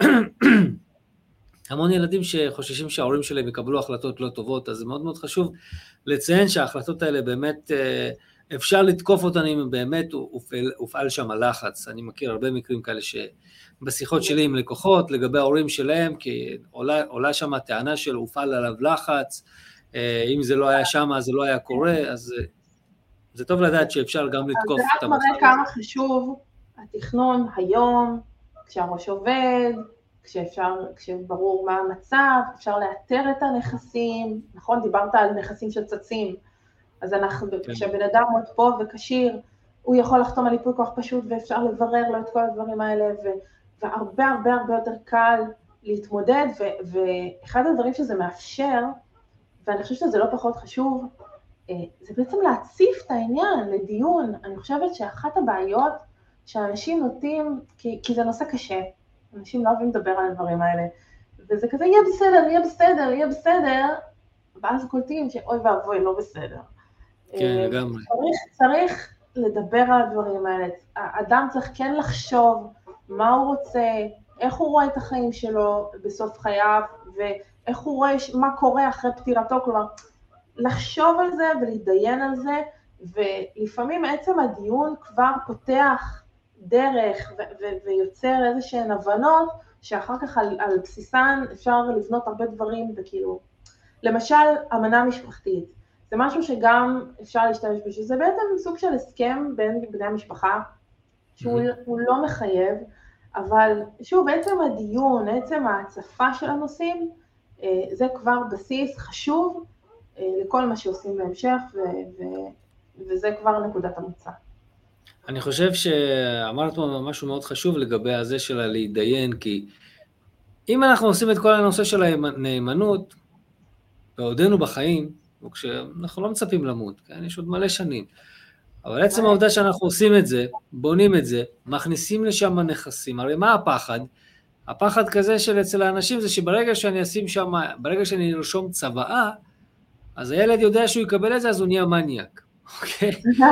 המון ילדים שחוששים שההורים שלהם יקבלו החלטות לא טובות, אז זה מאוד מאוד חשוב לציין שההחלטות האלה באמת, אפשר לתקוף אותן אם באמת הופעל, הופעל שם הלחץ. אני מכיר הרבה מקרים כאלה שבשיחות שלי עם לקוחות, לגבי ההורים שלהם, כי עולה, עולה שם הטענה של הופעל עליו לחץ, אם זה לא היה שם, אז זה לא היה קורה, אז זה טוב לדעת שאפשר גם לתקוף את המחלט. זה רק מראה כמה חשוב התכנון היום, כשהראש עובד, כשאפשר, כשברור מה המצב, אפשר לאתר את הנכסים, נכון? דיברת על נכסים של צצים, אז אנחנו, כן. כשבן אדם עוד פה וכשיר, הוא יכול לחתום על ייפוי כוח פשוט, ואפשר לברר לו את כל הדברים האלה, ו, והרבה הרבה הרבה יותר קל להתמודד, ו, ואחד הדברים שזה מאפשר, ואני חושבת שזה לא פחות חשוב, זה בעצם להציף את העניין לדיון. אני חושבת שאחת הבעיות שאנשים נוטים, כי, כי זה נושא קשה, אנשים לא אוהבים לדבר על הדברים האלה, וזה כזה, יהיה בסדר, יהיה בסדר, יהיה בסדר, ואז קולטים שאוי ואבוי, לא בסדר. כן, לגמרי. צריך, צריך לדבר על הדברים האלה, האדם צריך כן לחשוב מה הוא רוצה, איך הוא רואה את החיים שלו בסוף חייו, ואיך הוא רואה מה קורה אחרי פטירתו, כלומר, לחשוב על זה ולהתדיין על זה, ולפעמים עצם הדיון כבר פותח דרך ו- ו- ויוצר איזה שהן הבנות, שאחר כך על, על בסיסן אפשר לבנות הרבה דברים, וכאילו, למשל, אמנה משפחתית, זה משהו שגם אפשר להשתמש בו, שזה בעצם סוג של הסכם בין בני המשפחה, שהוא mm-hmm. לא מחייב, אבל שוב, בעצם הדיון, בעצם ההצפה של הנושאים, זה כבר בסיס חשוב לכל מה שעושים בהמשך, ו- ו- וזה כבר נקודת המוצא. אני חושב שאמרת משהו מאוד חשוב לגבי הזה של להתדיין, כי אם אנחנו עושים את כל הנושא של הנאמנות, בעודנו בחיים, אנחנו לא מצפים למות, כן? יש עוד מלא שנים, אבל עצם העובדה שאנחנו עושים את זה, בונים את זה, מכניסים לשם נכסים, הרי מה הפחד? הפחד כזה של אצל האנשים זה שברגע שאני אשים שם, ברגע שאני ארשום צוואה, אז הילד יודע שהוא יקבל את זה, אז הוא נהיה מניאק, אוקיי?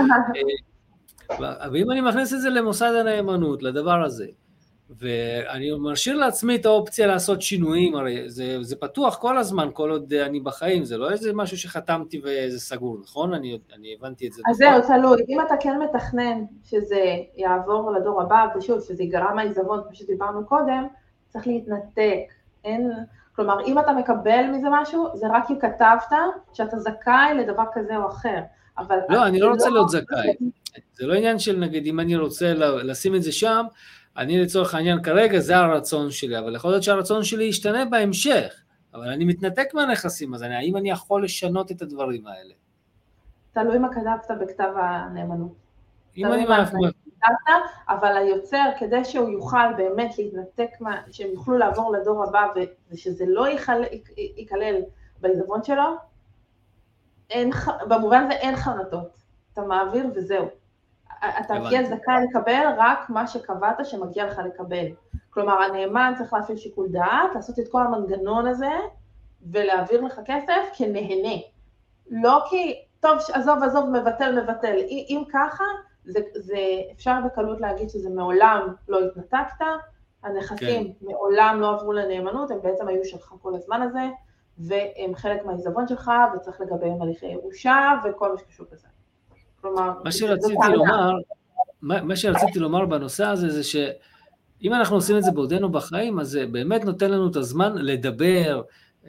ואם אני מכניס את זה למוסד הנאמנות, לדבר הזה, ואני משאיר לעצמי את האופציה לעשות שינויים, הרי זה, זה פתוח כל הזמן, כל עוד אני בחיים, זה לא איזה משהו שחתמתי וזה סגור, נכון? אני, אני הבנתי את זה. אז זהו, תלוי, אם אתה כן מתכנן שזה יעבור לדור הבא, ושוב, שזה ייגרע מהעיזבון, כמו שדיברנו קודם, צריך להתנתק. אין, כלומר, אם אתה מקבל מזה משהו, זה רק כי כתבת שאתה זכאי לדבר כזה או אחר. אבל לא, אני לא רוצה לא... להיות זכאי. זה לא עניין של, נגיד, אם אני רוצה לשים את זה שם, אני לצורך העניין כרגע, זה הרצון שלי, אבל יכול להיות שהרצון שלי ישתנה בהמשך, אבל אני מתנתק מהנכסים, אז אני, האם אני יכול לשנות את הדברים האלה? תלוי מה כתבת בכתב הנאמנות. אם אני מה כתבת, אבל היוצר, כדי שהוא יוכל באמת להתנתק, מה, שהם יוכלו לעבור לדור הבא, ושזה לא ייכלל בעיזבון שלו, אין, במובן הזה אין חרטות, אתה מעביר וזהו. אתה תהיה זכאי לקבל רק מה שקבעת שמגיע לך לקבל. כלומר, הנאמן צריך להפעיל שיקול דעת, לעשות את כל המנגנון הזה, ולהעביר לך כסף כנהנה. לא כי, טוב, עזוב, עזוב, מבטל, מבטל. אם ככה, זה, זה אפשר בקלות להגיד שזה מעולם לא התנתקת, הנכסים כן. מעולם לא עברו לנאמנות, הם בעצם היו שלך כל הזמן הזה, והם חלק מהעיזבון שלך, וצריך לגביהם הליכי ירושה, וכל מה שקשור בזה. כלומר, מה שרציתי לומר, מה, מה שרציתי לומר בנושא הזה, זה שאם אנחנו עושים את זה בעודנו בחיים, אז זה באמת נותן לנו את הזמן לדבר,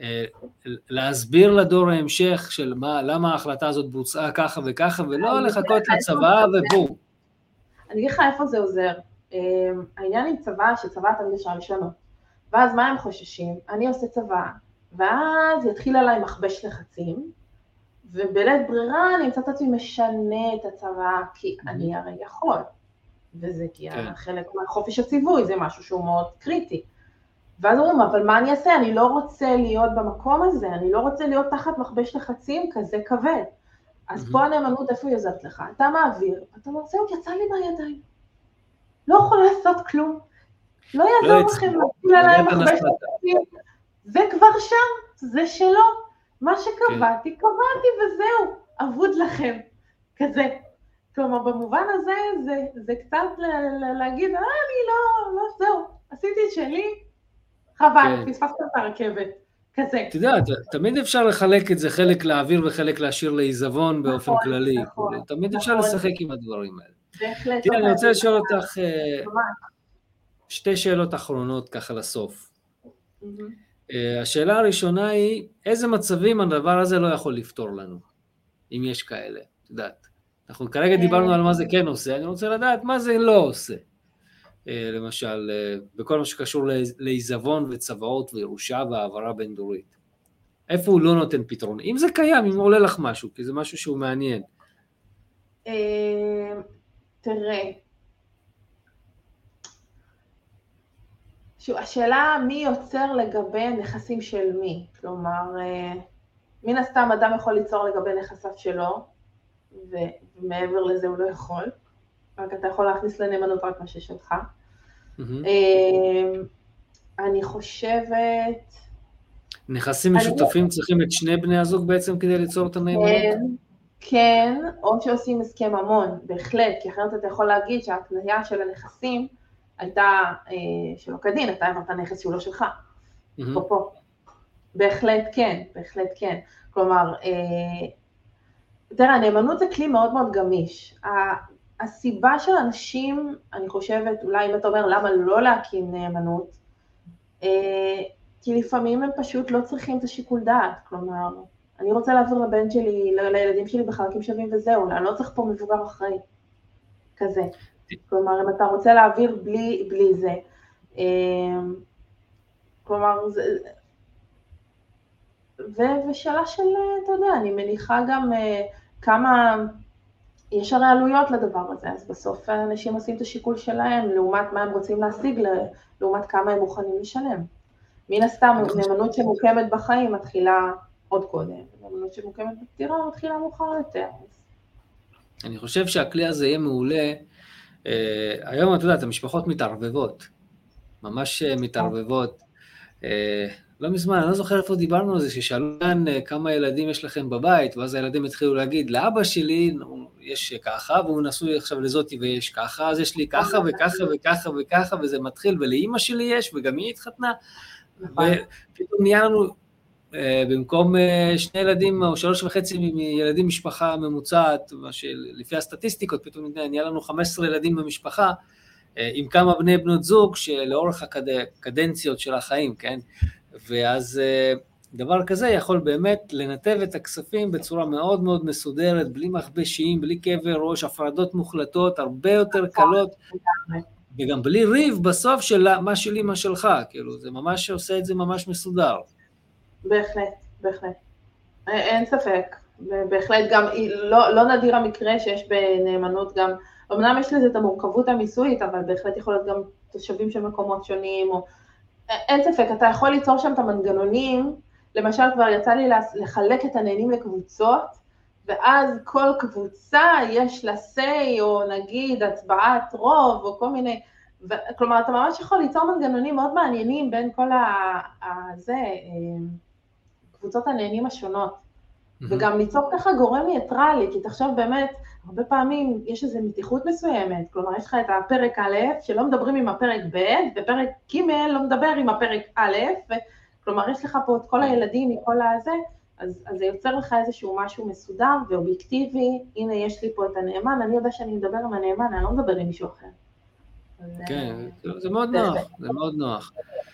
להסביר לדור ההמשך של מה, למה ההחלטה הזאת בוצעה ככה וככה, ולא לחכות לצבא ובום. אני אגיד לך איפה זה עוזר. העניין עם צבא, שצבא תמיד אפשר לשנות. ואז מה הם חוששים? אני עושה צבא, ואז יתחיל עליי מכבש לחצים, ובלית ברירה אני אמצא את עצמי משנה את הצבא, כי אני הרי יכול. וזה כי חלק מהחופש הציווי, זה משהו שהוא מאוד קריטי. ואז אומרים, אבל מה אני אעשה? אני לא רוצה להיות במקום הזה, אני לא רוצה להיות תחת מכבש לחצים כזה כבד. אז פה הנאמנות איפה היא עוזרת לך? אתה מעביר, אתה אומר, זהו, יצא לי מהידיים. לא יכול לעשות כלום. לא יעזור לכם, להפיל עליי מכבש לחצים. זה כבר שם, זה שלו. מה שקבעתי, קבעתי וזהו, עבוד לכם. כזה. כלומר, במובן הזה, זה, זה קצת להגיד, אה, אני לא, לא, זהו, עשיתי את שלי, חבל, פספסת את הרכבת, כזה. אתה יודע, תמיד אפשר לחלק את זה, חלק להעביר וחלק להשאיר לעיזבון באופן כללי. תמיד אפשר לשחק עם הדברים האלה. בהחלט. תראה, אני רוצה לשאול אותך שתי שאלות אחרונות ככה לסוף. השאלה הראשונה היא, איזה מצבים הדבר הזה לא יכול לפתור לנו, אם יש כאלה, את יודעת. אנחנו כרגע דיברנו על מה זה כן עושה, אני רוצה לדעת מה זה לא עושה. למשל, בכל מה שקשור לעיזבון וצוואות וירושה והעברה בין דורית. איפה הוא לא נותן פתרון? אם זה קיים, אם עולה לך משהו, כי זה משהו שהוא מעניין. תראה, השאלה מי יוצר לגבי נכסים של מי, כלומר, מן הסתם אדם יכול ליצור לגבי נכסיו שלו, ומעבר לזה הוא לא יכול, רק אתה יכול להכניס לנאמנות רק מה ששלך. אני חושבת... נכסים משותפים צריכים את שני בני הזוג בעצם כדי ליצור את הנאמנות? כן, או שעושים הסכם ממון, בהחלט, כי אחרת אתה יכול להגיד שההתניה של הנכסים הייתה שלא כדין, אתה העברת נכס שהוא לא שלך. פה פה. בהחלט כן, בהחלט כן. כלומר, תראה, הנאמנות זה כלי מאוד מאוד גמיש. הסיבה של אנשים, אני חושבת, אולי אם אתה אומר למה לא להקים נאמנות, כי לפעמים הם פשוט לא צריכים את השיקול דעת. כלומר, אני רוצה להעביר לבן שלי, לילדים שלי בחלקים שווים וזהו, אני לא צריך פה מבוגר אחראי. כזה. כלומר, אם אתה רוצה להעביר בלי, בלי זה. כלומר, זה... ו- ושאלה של, אתה יודע, אני מניחה גם כמה, יש הרי עלויות לדבר הזה, אז בסוף אנשים עושים את השיקול שלהם, לעומת מה הם רוצים להשיג, לעומת כמה הם מוכנים לשלם. מן הסתם, נאמנות שמוקמת בחיים מתחילה עוד קודם, נאמנות שמוקמת בפטירה מתחילה מאוחר יותר. אני חושב שהכלי הזה יהיה מעולה, היום אתה יודעת, המשפחות מתערבבות, ממש מתערבבות, לא מזמן, אני לא זוכר איפה דיברנו על זה, ששאלו כאן כמה ילדים יש לכם בבית, ואז הילדים התחילו להגיד, לאבא שלי יש ככה, והוא נשוי עכשיו לזאתי ויש ככה, אז יש לי ככה וככה וככה וככה, וזה מתחיל, ולאמא שלי יש, וגם היא התחתנה, ופתאום נהיה לנו, במקום שני ילדים, או שלוש וחצי מילדים משפחה ממוצעת, לפי הסטטיסטיקות, פתאום נהיה לנו חמישה עשר ילדים במשפחה, עם כמה בני בנות זוג שלאורך הקדנציות של החיים, כן? ואז דבר כזה יכול באמת לנתב את הכספים בצורה מאוד מאוד מסודרת, בלי מכבשים, בלי כאבי ראש, הפרדות מוחלטות, הרבה יותר קלות, וגם בלי ריב בסוף של מה שלי, מה שלך, כאילו, זה ממש עושה את זה ממש מסודר. בהחלט, בהחלט. אין ספק. בהחלט גם, לא, לא נדיר המקרה שיש בנאמנות גם, אמנם יש לזה את המורכבות המיסויית, אבל בהחלט יכול להיות גם תושבים של מקומות שונים, או, אין ספק, אתה יכול ליצור שם את המנגנונים, למשל כבר יצא לי לחלק את הנהנים לקבוצות, ואז כל קבוצה יש לה say, או נגיד הצבעת רוב, או כל מיני, ו, כלומר אתה ממש יכול ליצור מנגנונים מאוד מעניינים בין כל הזה, קבוצות הנהנים השונות, mm-hmm. וגם ליצור ככה גורם ניטרלי, כי תחשוב באמת, הרבה פעמים יש איזו מתיחות מסוימת, כלומר יש לך את הפרק א', שלא מדברים עם הפרק ב', ופרק ג' לא מדבר עם הפרק א', ו... כלומר יש לך פה את כל הילדים מכל הזה, אז, אז זה יוצר לך איזשהו משהו מסודר ואובייקטיבי, הנה יש לי פה את הנאמן, אני יודע שאני מדבר עם הנאמן, אני לא מדבר עם מישהו אחר. כן, זה, זה מאוד נוח, זה מאוד נוח.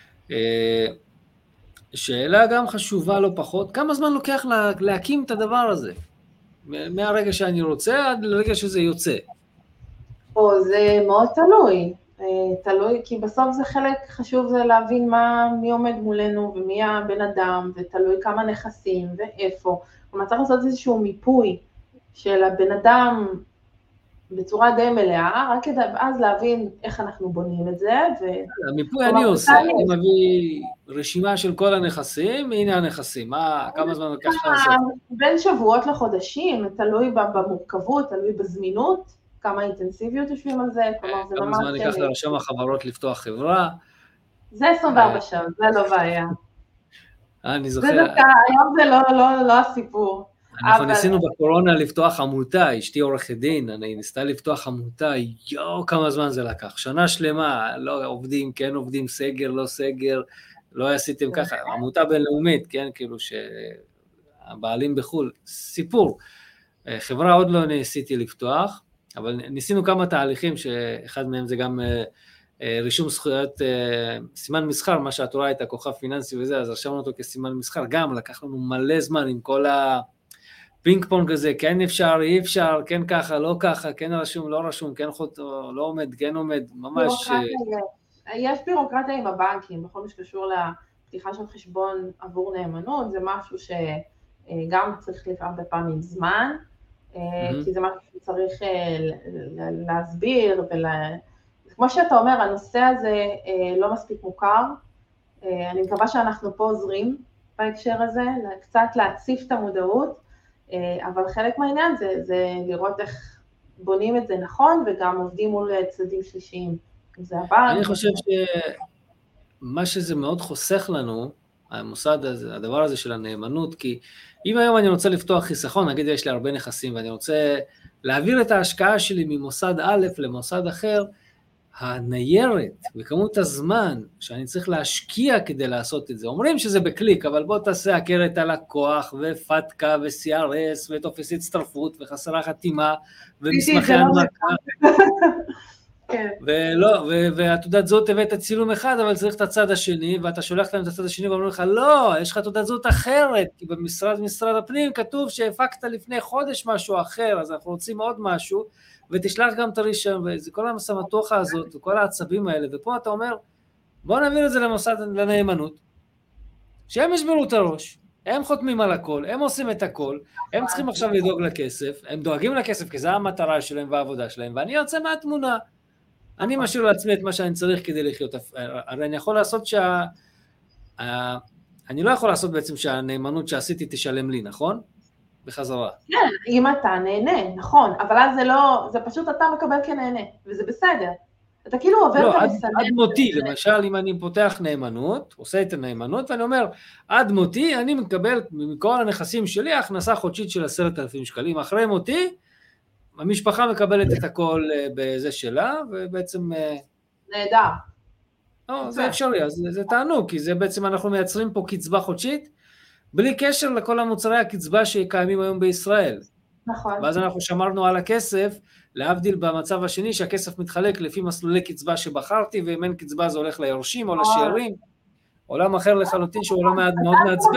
שאלה גם חשובה לא פחות, כמה זמן לוקח לה, להקים את הדבר הזה? מהרגע שאני רוצה עד לרגע שזה יוצא. או, זה מאוד תלוי, תלוי, כי בסוף זה חלק חשוב זה להבין מה, מי עומד מולנו ומי הבן אדם, ותלוי כמה נכסים ואיפה. כלומר, צריך לעשות איזשהו מיפוי של הבן אדם בצורה די מלאה, רק כדי אז להבין איך אנחנו בונים את זה. ו... המיפוי אני עושה, אני מביא רשימה של כל הנכסים, הנה הנכסים, מה, כמה זמן לקח לעשות? בין שבועות לחודשים, תלוי במורכבות, תלוי בזמינות, כמה אינטנסיביות יושבים על זה, כלומר זה ממש... כמה זמן ניקח לרשם החברות לפתוח חברה? זה עשרים וארבע שעות, זה לא בעיה. אני זוכר... זה דווקא, היום זה לא הסיפור. אנחנו ניסינו בקורונה לפתוח עמותה, אשתי עורכת דין, אני ניסתה לפתוח עמותה, יואו, כמה זמן זה לקח, שנה שלמה, לא עובדים, כן עובדים, סגר, לא סגר, לא עשיתם ככה, עמותה בינלאומית, כן, כאילו שהבעלים בחול, סיפור. חברה עוד לא ניסיתי לפתוח, אבל ניסינו כמה תהליכים, שאחד מהם זה גם רישום זכויות, סימן מסחר, מה שאת רואה את הכוכב פיננסי וזה, אז רשמנו אותו כסימן מסחר, גם לקח לנו מלא זמן עם כל ה... פינג פונג הזה, כן אפשר, אי אפשר, כן ככה, לא ככה, כן רשום, לא רשום, כן חוטו, לא עומד, כן עומד, ממש... יש בירוקרטיה עם הבנקים, בכל מה שקשור לפתיחה של חשבון עבור נאמנות, זה משהו שגם צריך הרבה פעמים זמן, כי זה משהו שצריך להסביר, וכמו שאתה אומר, הנושא הזה לא מספיק מוכר, אני מקווה שאנחנו פה עוזרים בהקשר הזה, קצת להציף את המודעות, אבל חלק מהעניין זה, זה לראות איך בונים את זה נכון, וגם עובדים מול צדדים שלישיים. זה הבא. אני חושב שמה שזה מאוד חוסך לנו, המוסד הזה, הדבר הזה של הנאמנות, כי אם היום אני רוצה לפתוח חיסכון, נגיד יש לי הרבה נכסים, ואני רוצה להעביר את ההשקעה שלי ממוסד א' למוסד אחר, הניירת וכמות הזמן שאני צריך להשקיע כדי לעשות את זה, אומרים שזה בקליק, אבל בוא תעשה הכרת הלקוח ופתקה ו-סי אר אס וטופס הצטרפות וחסרה חתימה ומסמכי הנמקה ולא, והתעודת זהות הבאת צילום אחד, אבל צריך את הצד השני, ואתה שולח להם את הצד השני ואומרים לך, לא, יש לך תעודת זהות אחרת, כי במשרד משרד הפנים כתוב שהפקת לפני חודש משהו אחר, אז אנחנו רוצים עוד משהו, ותשלח גם את הרישיון, וזה כל המסמטוחה הזאת, וכל העצבים האלה, ופה אתה אומר, בוא נעביר את זה למוסד לנאמנות, שהם ישברו את הראש, הם חותמים על הכל, הם עושים את הכל, הם צריכים עכשיו לדאוג לכסף, הם דואגים לכסף, כי זה המטרה שלהם והעבודה שלהם, ואני יוצא מהתמונה, אני משאיר לעצמי את מה שאני צריך כדי לחיות, הרי אני יכול לעשות שה... אני לא יכול לעשות בעצם שהנאמנות שעשיתי תשלם לי, נכון? בחזרה. כן, אם אתה נהנה, נכון, אבל אז זה לא, זה פשוט אתה מקבל כנהנה, וזה בסדר. אתה כאילו עובר לא, את עד, המסנן. עד מותי, למשל, אם אני פותח נאמנות, עושה את הנאמנות, ואני אומר, עד מותי אני מקבל מכל הנכסים שלי, הכנסה חודשית של עשרת אלפים שקלים, אחרי מותי, המשפחה מקבלת את הכל בזה שלה, ובעצם... נהדר. לא, זה אפשרי, אז זה, זה תענוג, כי זה בעצם אנחנו מייצרים פה קצבה חודשית, בלי קשר לכל המוצרי הקצבה שקיימים היום בישראל. נכון. ואז אנחנו שמרנו על הכסף, להבדיל במצב השני, שהכסף מתחלק לפי מסלולי קצבה שבחרתי, ואם אין קצבה זה הולך ליורשים או לשיירים, עולם אחר לחלוטין שהוא עולם מאוד מעצבן.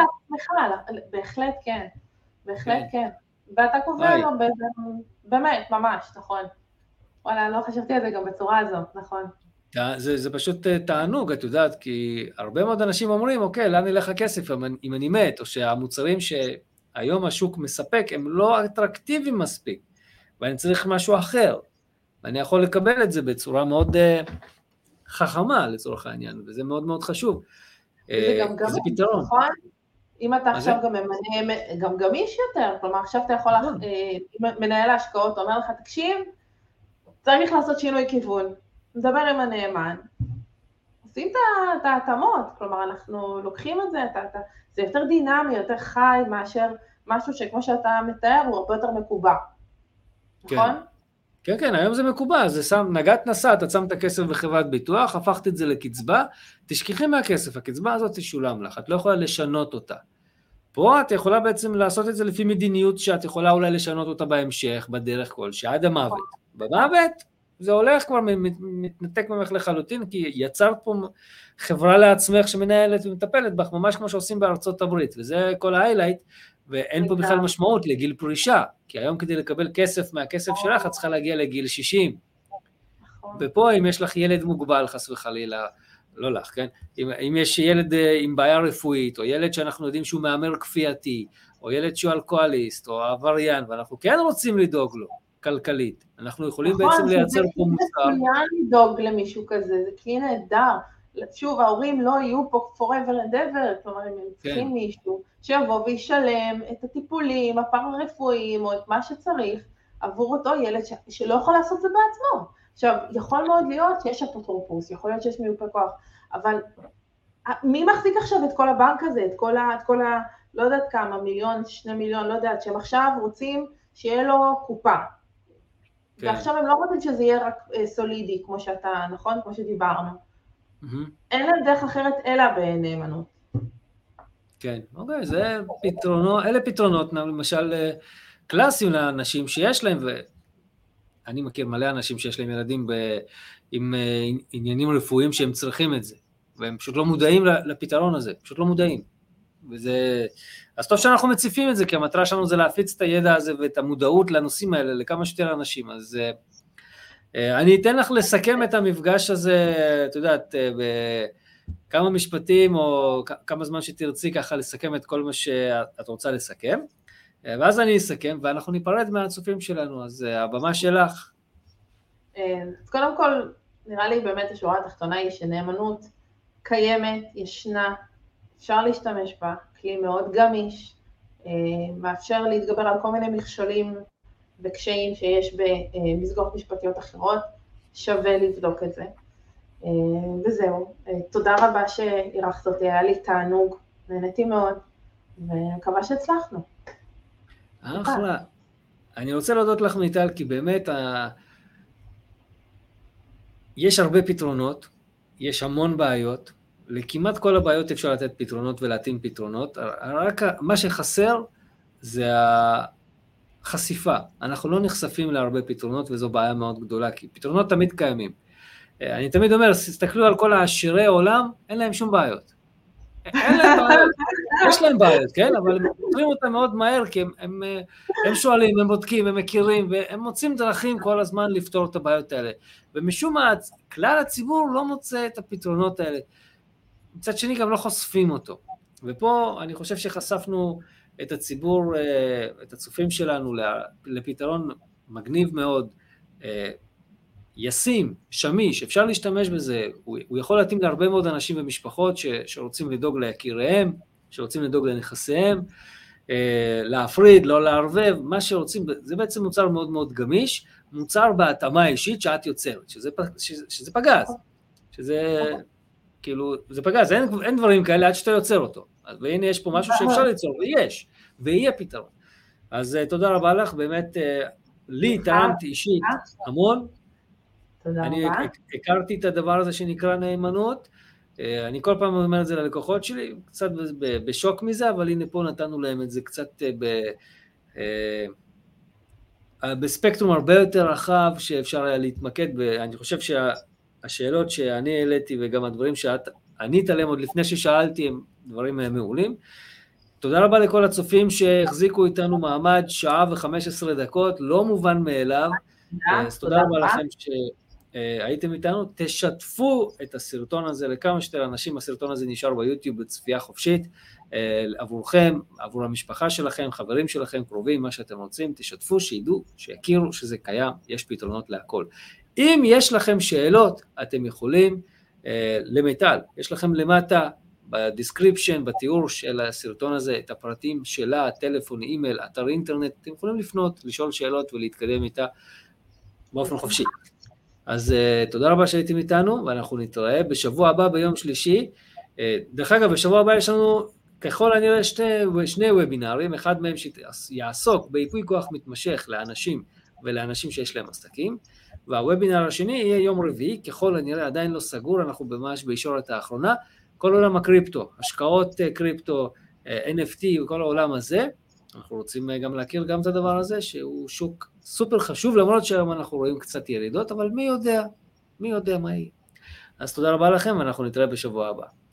בהחלט כן, בהחלט כן. ואתה קובע לו באמת, ממש, נכון. וואלה, לא חשבתי על זה גם בצורה הזאת, נכון. זה, זה פשוט תענוג, את יודעת, כי הרבה מאוד אנשים אומרים, אוקיי, לאן ילך הכסף אם אני מת, או שהמוצרים שהיום השוק מספק הם לא אטרקטיביים מספיק, ואני צריך משהו אחר, ואני יכול לקבל את זה בצורה מאוד uh, חכמה לצורך העניין, וזה מאוד מאוד חשוב. זה גם גמיש, נכון? אם אתה עכשיו גם ממנה, גם גמיש יותר, כלומר עכשיו אתה יכול, מנהל ההשקעות אומר לך, תקשיב, צריך לעשות שינוי כיוון, מדבר עם הנאמן, עושים את ההתאמות, כלומר אנחנו לוקחים את זה, זה יותר דינמי, יותר חי, מאשר משהו שכמו שאתה מתאר הוא הרבה יותר מקובע, נכון? כן, כן, היום זה מקובע, זה שם, נגעת נסע, אתה שם את הכסף בחברת ביטוח, הפכת את זה לקצבה, תשכחי מהכסף, הקצבה הזאת תשולם לך, את לא יכולה לשנות אותה. פה את יכולה בעצם לעשות את זה לפי מדיניות שאת יכולה אולי לשנות אותה בהמשך, בדרך כלשהי, עד המוות. במוות זה הולך כבר, מתנתק ממך לחלוטין, כי יצרת פה חברה לעצמך שמנהלת ומטפלת בך, ממש כמו שעושים בארצות הברית, וזה כל ההיילייט, ואין פה בכלל משמעות לגיל פרישה, כי היום כדי לקבל כסף מהכסף שלך, את צריכה להגיע לגיל שישים. ופה אם יש לך ילד מוגבל, חס וחלילה, לא לך, כן? אם, אם יש ילד עם בעיה רפואית, או ילד שאנחנו יודעים שהוא מאמר כפייתי, או ילד שהוא אלכוהוליסט, או עבריין, ואנחנו כן רוצים לדאוג לו, כלכלית. אנחנו יכולים נכון, בעצם לייצר פה מוצר. נכון, זה מצוין לדאוג למישהו כזה, זה כלי נהדר. שוב, ההורים לא יהיו פה forever and ever, כלומר, הם צריכים כן. מישהו שיבוא וישלם את הטיפולים, הפארה-רפואיים, או את מה שצריך, עבור אותו ילד ש... שלא יכול לעשות זה בעצמו. עכשיו, יכול מאוד להיות שיש אפוטרופוס, יכול להיות שיש מיופה כוח, אבל מי מחזיק עכשיו את כל הבנק הזה, את כל ה... את כל ה לא יודעת כמה, מיליון, שני מיליון, לא יודעת, שהם עכשיו רוצים שיהיה לו קופה. כן. ועכשיו הם לא רוצים שזה יהיה רק סולידי, כמו שאתה, נכון? כמו שדיברנו. Mm-hmm. אין להם דרך אחרת אלא בנאמנות. כן, אוקיי, זה פתרונות, אלה פתרונות, למשל, קלאסיים לאנשים שיש להם, ואני מכיר מלא אנשים שיש להם ילדים ב... עם עניינים רפואיים שהם צריכים את זה, והם פשוט לא מודעים לפתרון הזה, פשוט לא מודעים. וזה... אז טוב שאנחנו מציפים את זה, כי המטרה שלנו זה להפיץ את הידע הזה ואת המודעות לנושאים האלה, לכמה שיותר אנשים, אז... אני אתן לך לסכם את המפגש הזה, את יודעת, בכמה משפטים או כמה זמן שתרצי ככה לסכם את כל מה שאת רוצה לסכם, ואז אני אסכם ואנחנו ניפרד מהצופים שלנו, אז הבמה שלך. אז קודם כל, נראה לי באמת השורה התחתונה היא שנאמנות קיימת, ישנה, אפשר להשתמש בה, כלי מאוד גמיש, מאפשר להתגבר על כל מיני מכשולים, וקשיים שיש במסגרות משפטיות אחרות, שווה לבדוק את זה. וזהו, תודה רבה שאירחת אותי, היה לי תענוג, נהניתי מאוד, ומקווה שהצלחנו. אחלה. אני רוצה להודות לך מיטל, כי באמת ה... יש הרבה פתרונות, יש המון בעיות, לכמעט כל הבעיות אפשר לתת פתרונות ולהתאים פתרונות, רק מה שחסר זה ה... חשיפה, אנחנו לא נחשפים להרבה פתרונות, וזו בעיה מאוד גדולה, כי פתרונות תמיד קיימים. אני תמיד אומר, תסתכלו על כל העשירי העולם, אין להם שום בעיות. אין להם בעיות, יש להם בעיות, כן? אבל הם פותרים אותם מאוד מהר, כי הם, הם, הם שואלים, הם בודקים, הם מכירים, והם מוצאים דרכים כל הזמן לפתור את הבעיות האלה. ומשום מה, כלל הציבור לא מוצא את הפתרונות האלה. מצד שני, גם לא חושפים אותו. ופה אני חושב שחשפנו את הציבור, את הצופים שלנו לפתרון מגניב מאוד, ישים, שמיש, אפשר להשתמש בזה, הוא, הוא יכול להתאים להרבה מאוד אנשים ומשפחות ש, שרוצים לדאוג ליקיריהם, שרוצים לדאוג לנכסיהם, להפריד, לא לערבב, מה שרוצים, זה בעצם מוצר מאוד מאוד גמיש, מוצר בהתאמה אישית שאת יוצרת, שזה, שזה, שזה פגז, שזה כאילו, זה פגז, אין, אין דברים כאלה עד שאתה יוצר אותו, והנה יש פה משהו שאפשר ליצור, ויש, ויהיה פתרון. אז תודה רבה לך, באמת, לי תרמת אישית המון, אני הכרתי את הדבר הזה שנקרא נאמנות, אני כל פעם אומר את זה ללקוחות שלי, קצת בשוק מזה, אבל הנה פה נתנו להם את זה קצת בספקטרום הרבה יותר רחב, שאפשר היה להתמקד, ואני חושב שהשאלות שאני העליתי, וגם הדברים שאת ענית עליהם עוד לפני ששאלתי, הם דברים מעולים. תודה רבה לכל הצופים שהחזיקו איתנו מעמד שעה ו-חמש עשרה דקות, לא מובן מאליו. אז תודה רבה לכם שהייתם איתנו. תשתפו את הסרטון הזה לכמה שיותר אנשים, הסרטון הזה נשאר ביוטיוב בצפייה חופשית, עבורכם, עבור המשפחה שלכם, חברים שלכם, קרובים, מה שאתם רוצים, תשתפו, שידעו, שיכירו שזה קיים, יש פתרונות להכל. אם יש לכם שאלות, אתם יכולים למיטל, יש לכם למטה, בדיסקריפשן, בתיאור של הסרטון הזה, את הפרטים שלה, טלפון, אימייל, אתר אינטרנט, אתם יכולים לפנות, לשאול שאלות ולהתקדם איתה באופן חופשי. אז uh, תודה רבה שהייתם איתנו, ואנחנו נתראה בשבוע הבא ביום שלישי. Uh, דרך אגב, בשבוע הבא יש לנו ככל הנראה שני, שני וובינרים, אחד מהם שיעסוק בייפוי כוח מתמשך לאנשים ולאנשים שיש להם עסקים, והוובינר השני יהיה יום רביעי, ככל הנראה עדיין לא סגור, אנחנו ממש בישורת האחרונה, כל עולם הקריפטו, השקעות קריפטו, אן אף טי וכל העולם הזה, אנחנו רוצים גם להכיר גם את הדבר הזה, שהוא שוק סופר חשוב, למרות שהיום אנחנו רואים קצת ירידות, אבל מי יודע, מי יודע מה יהיה. אז תודה רבה לכם, ואנחנו נתראה בשבוע הבא.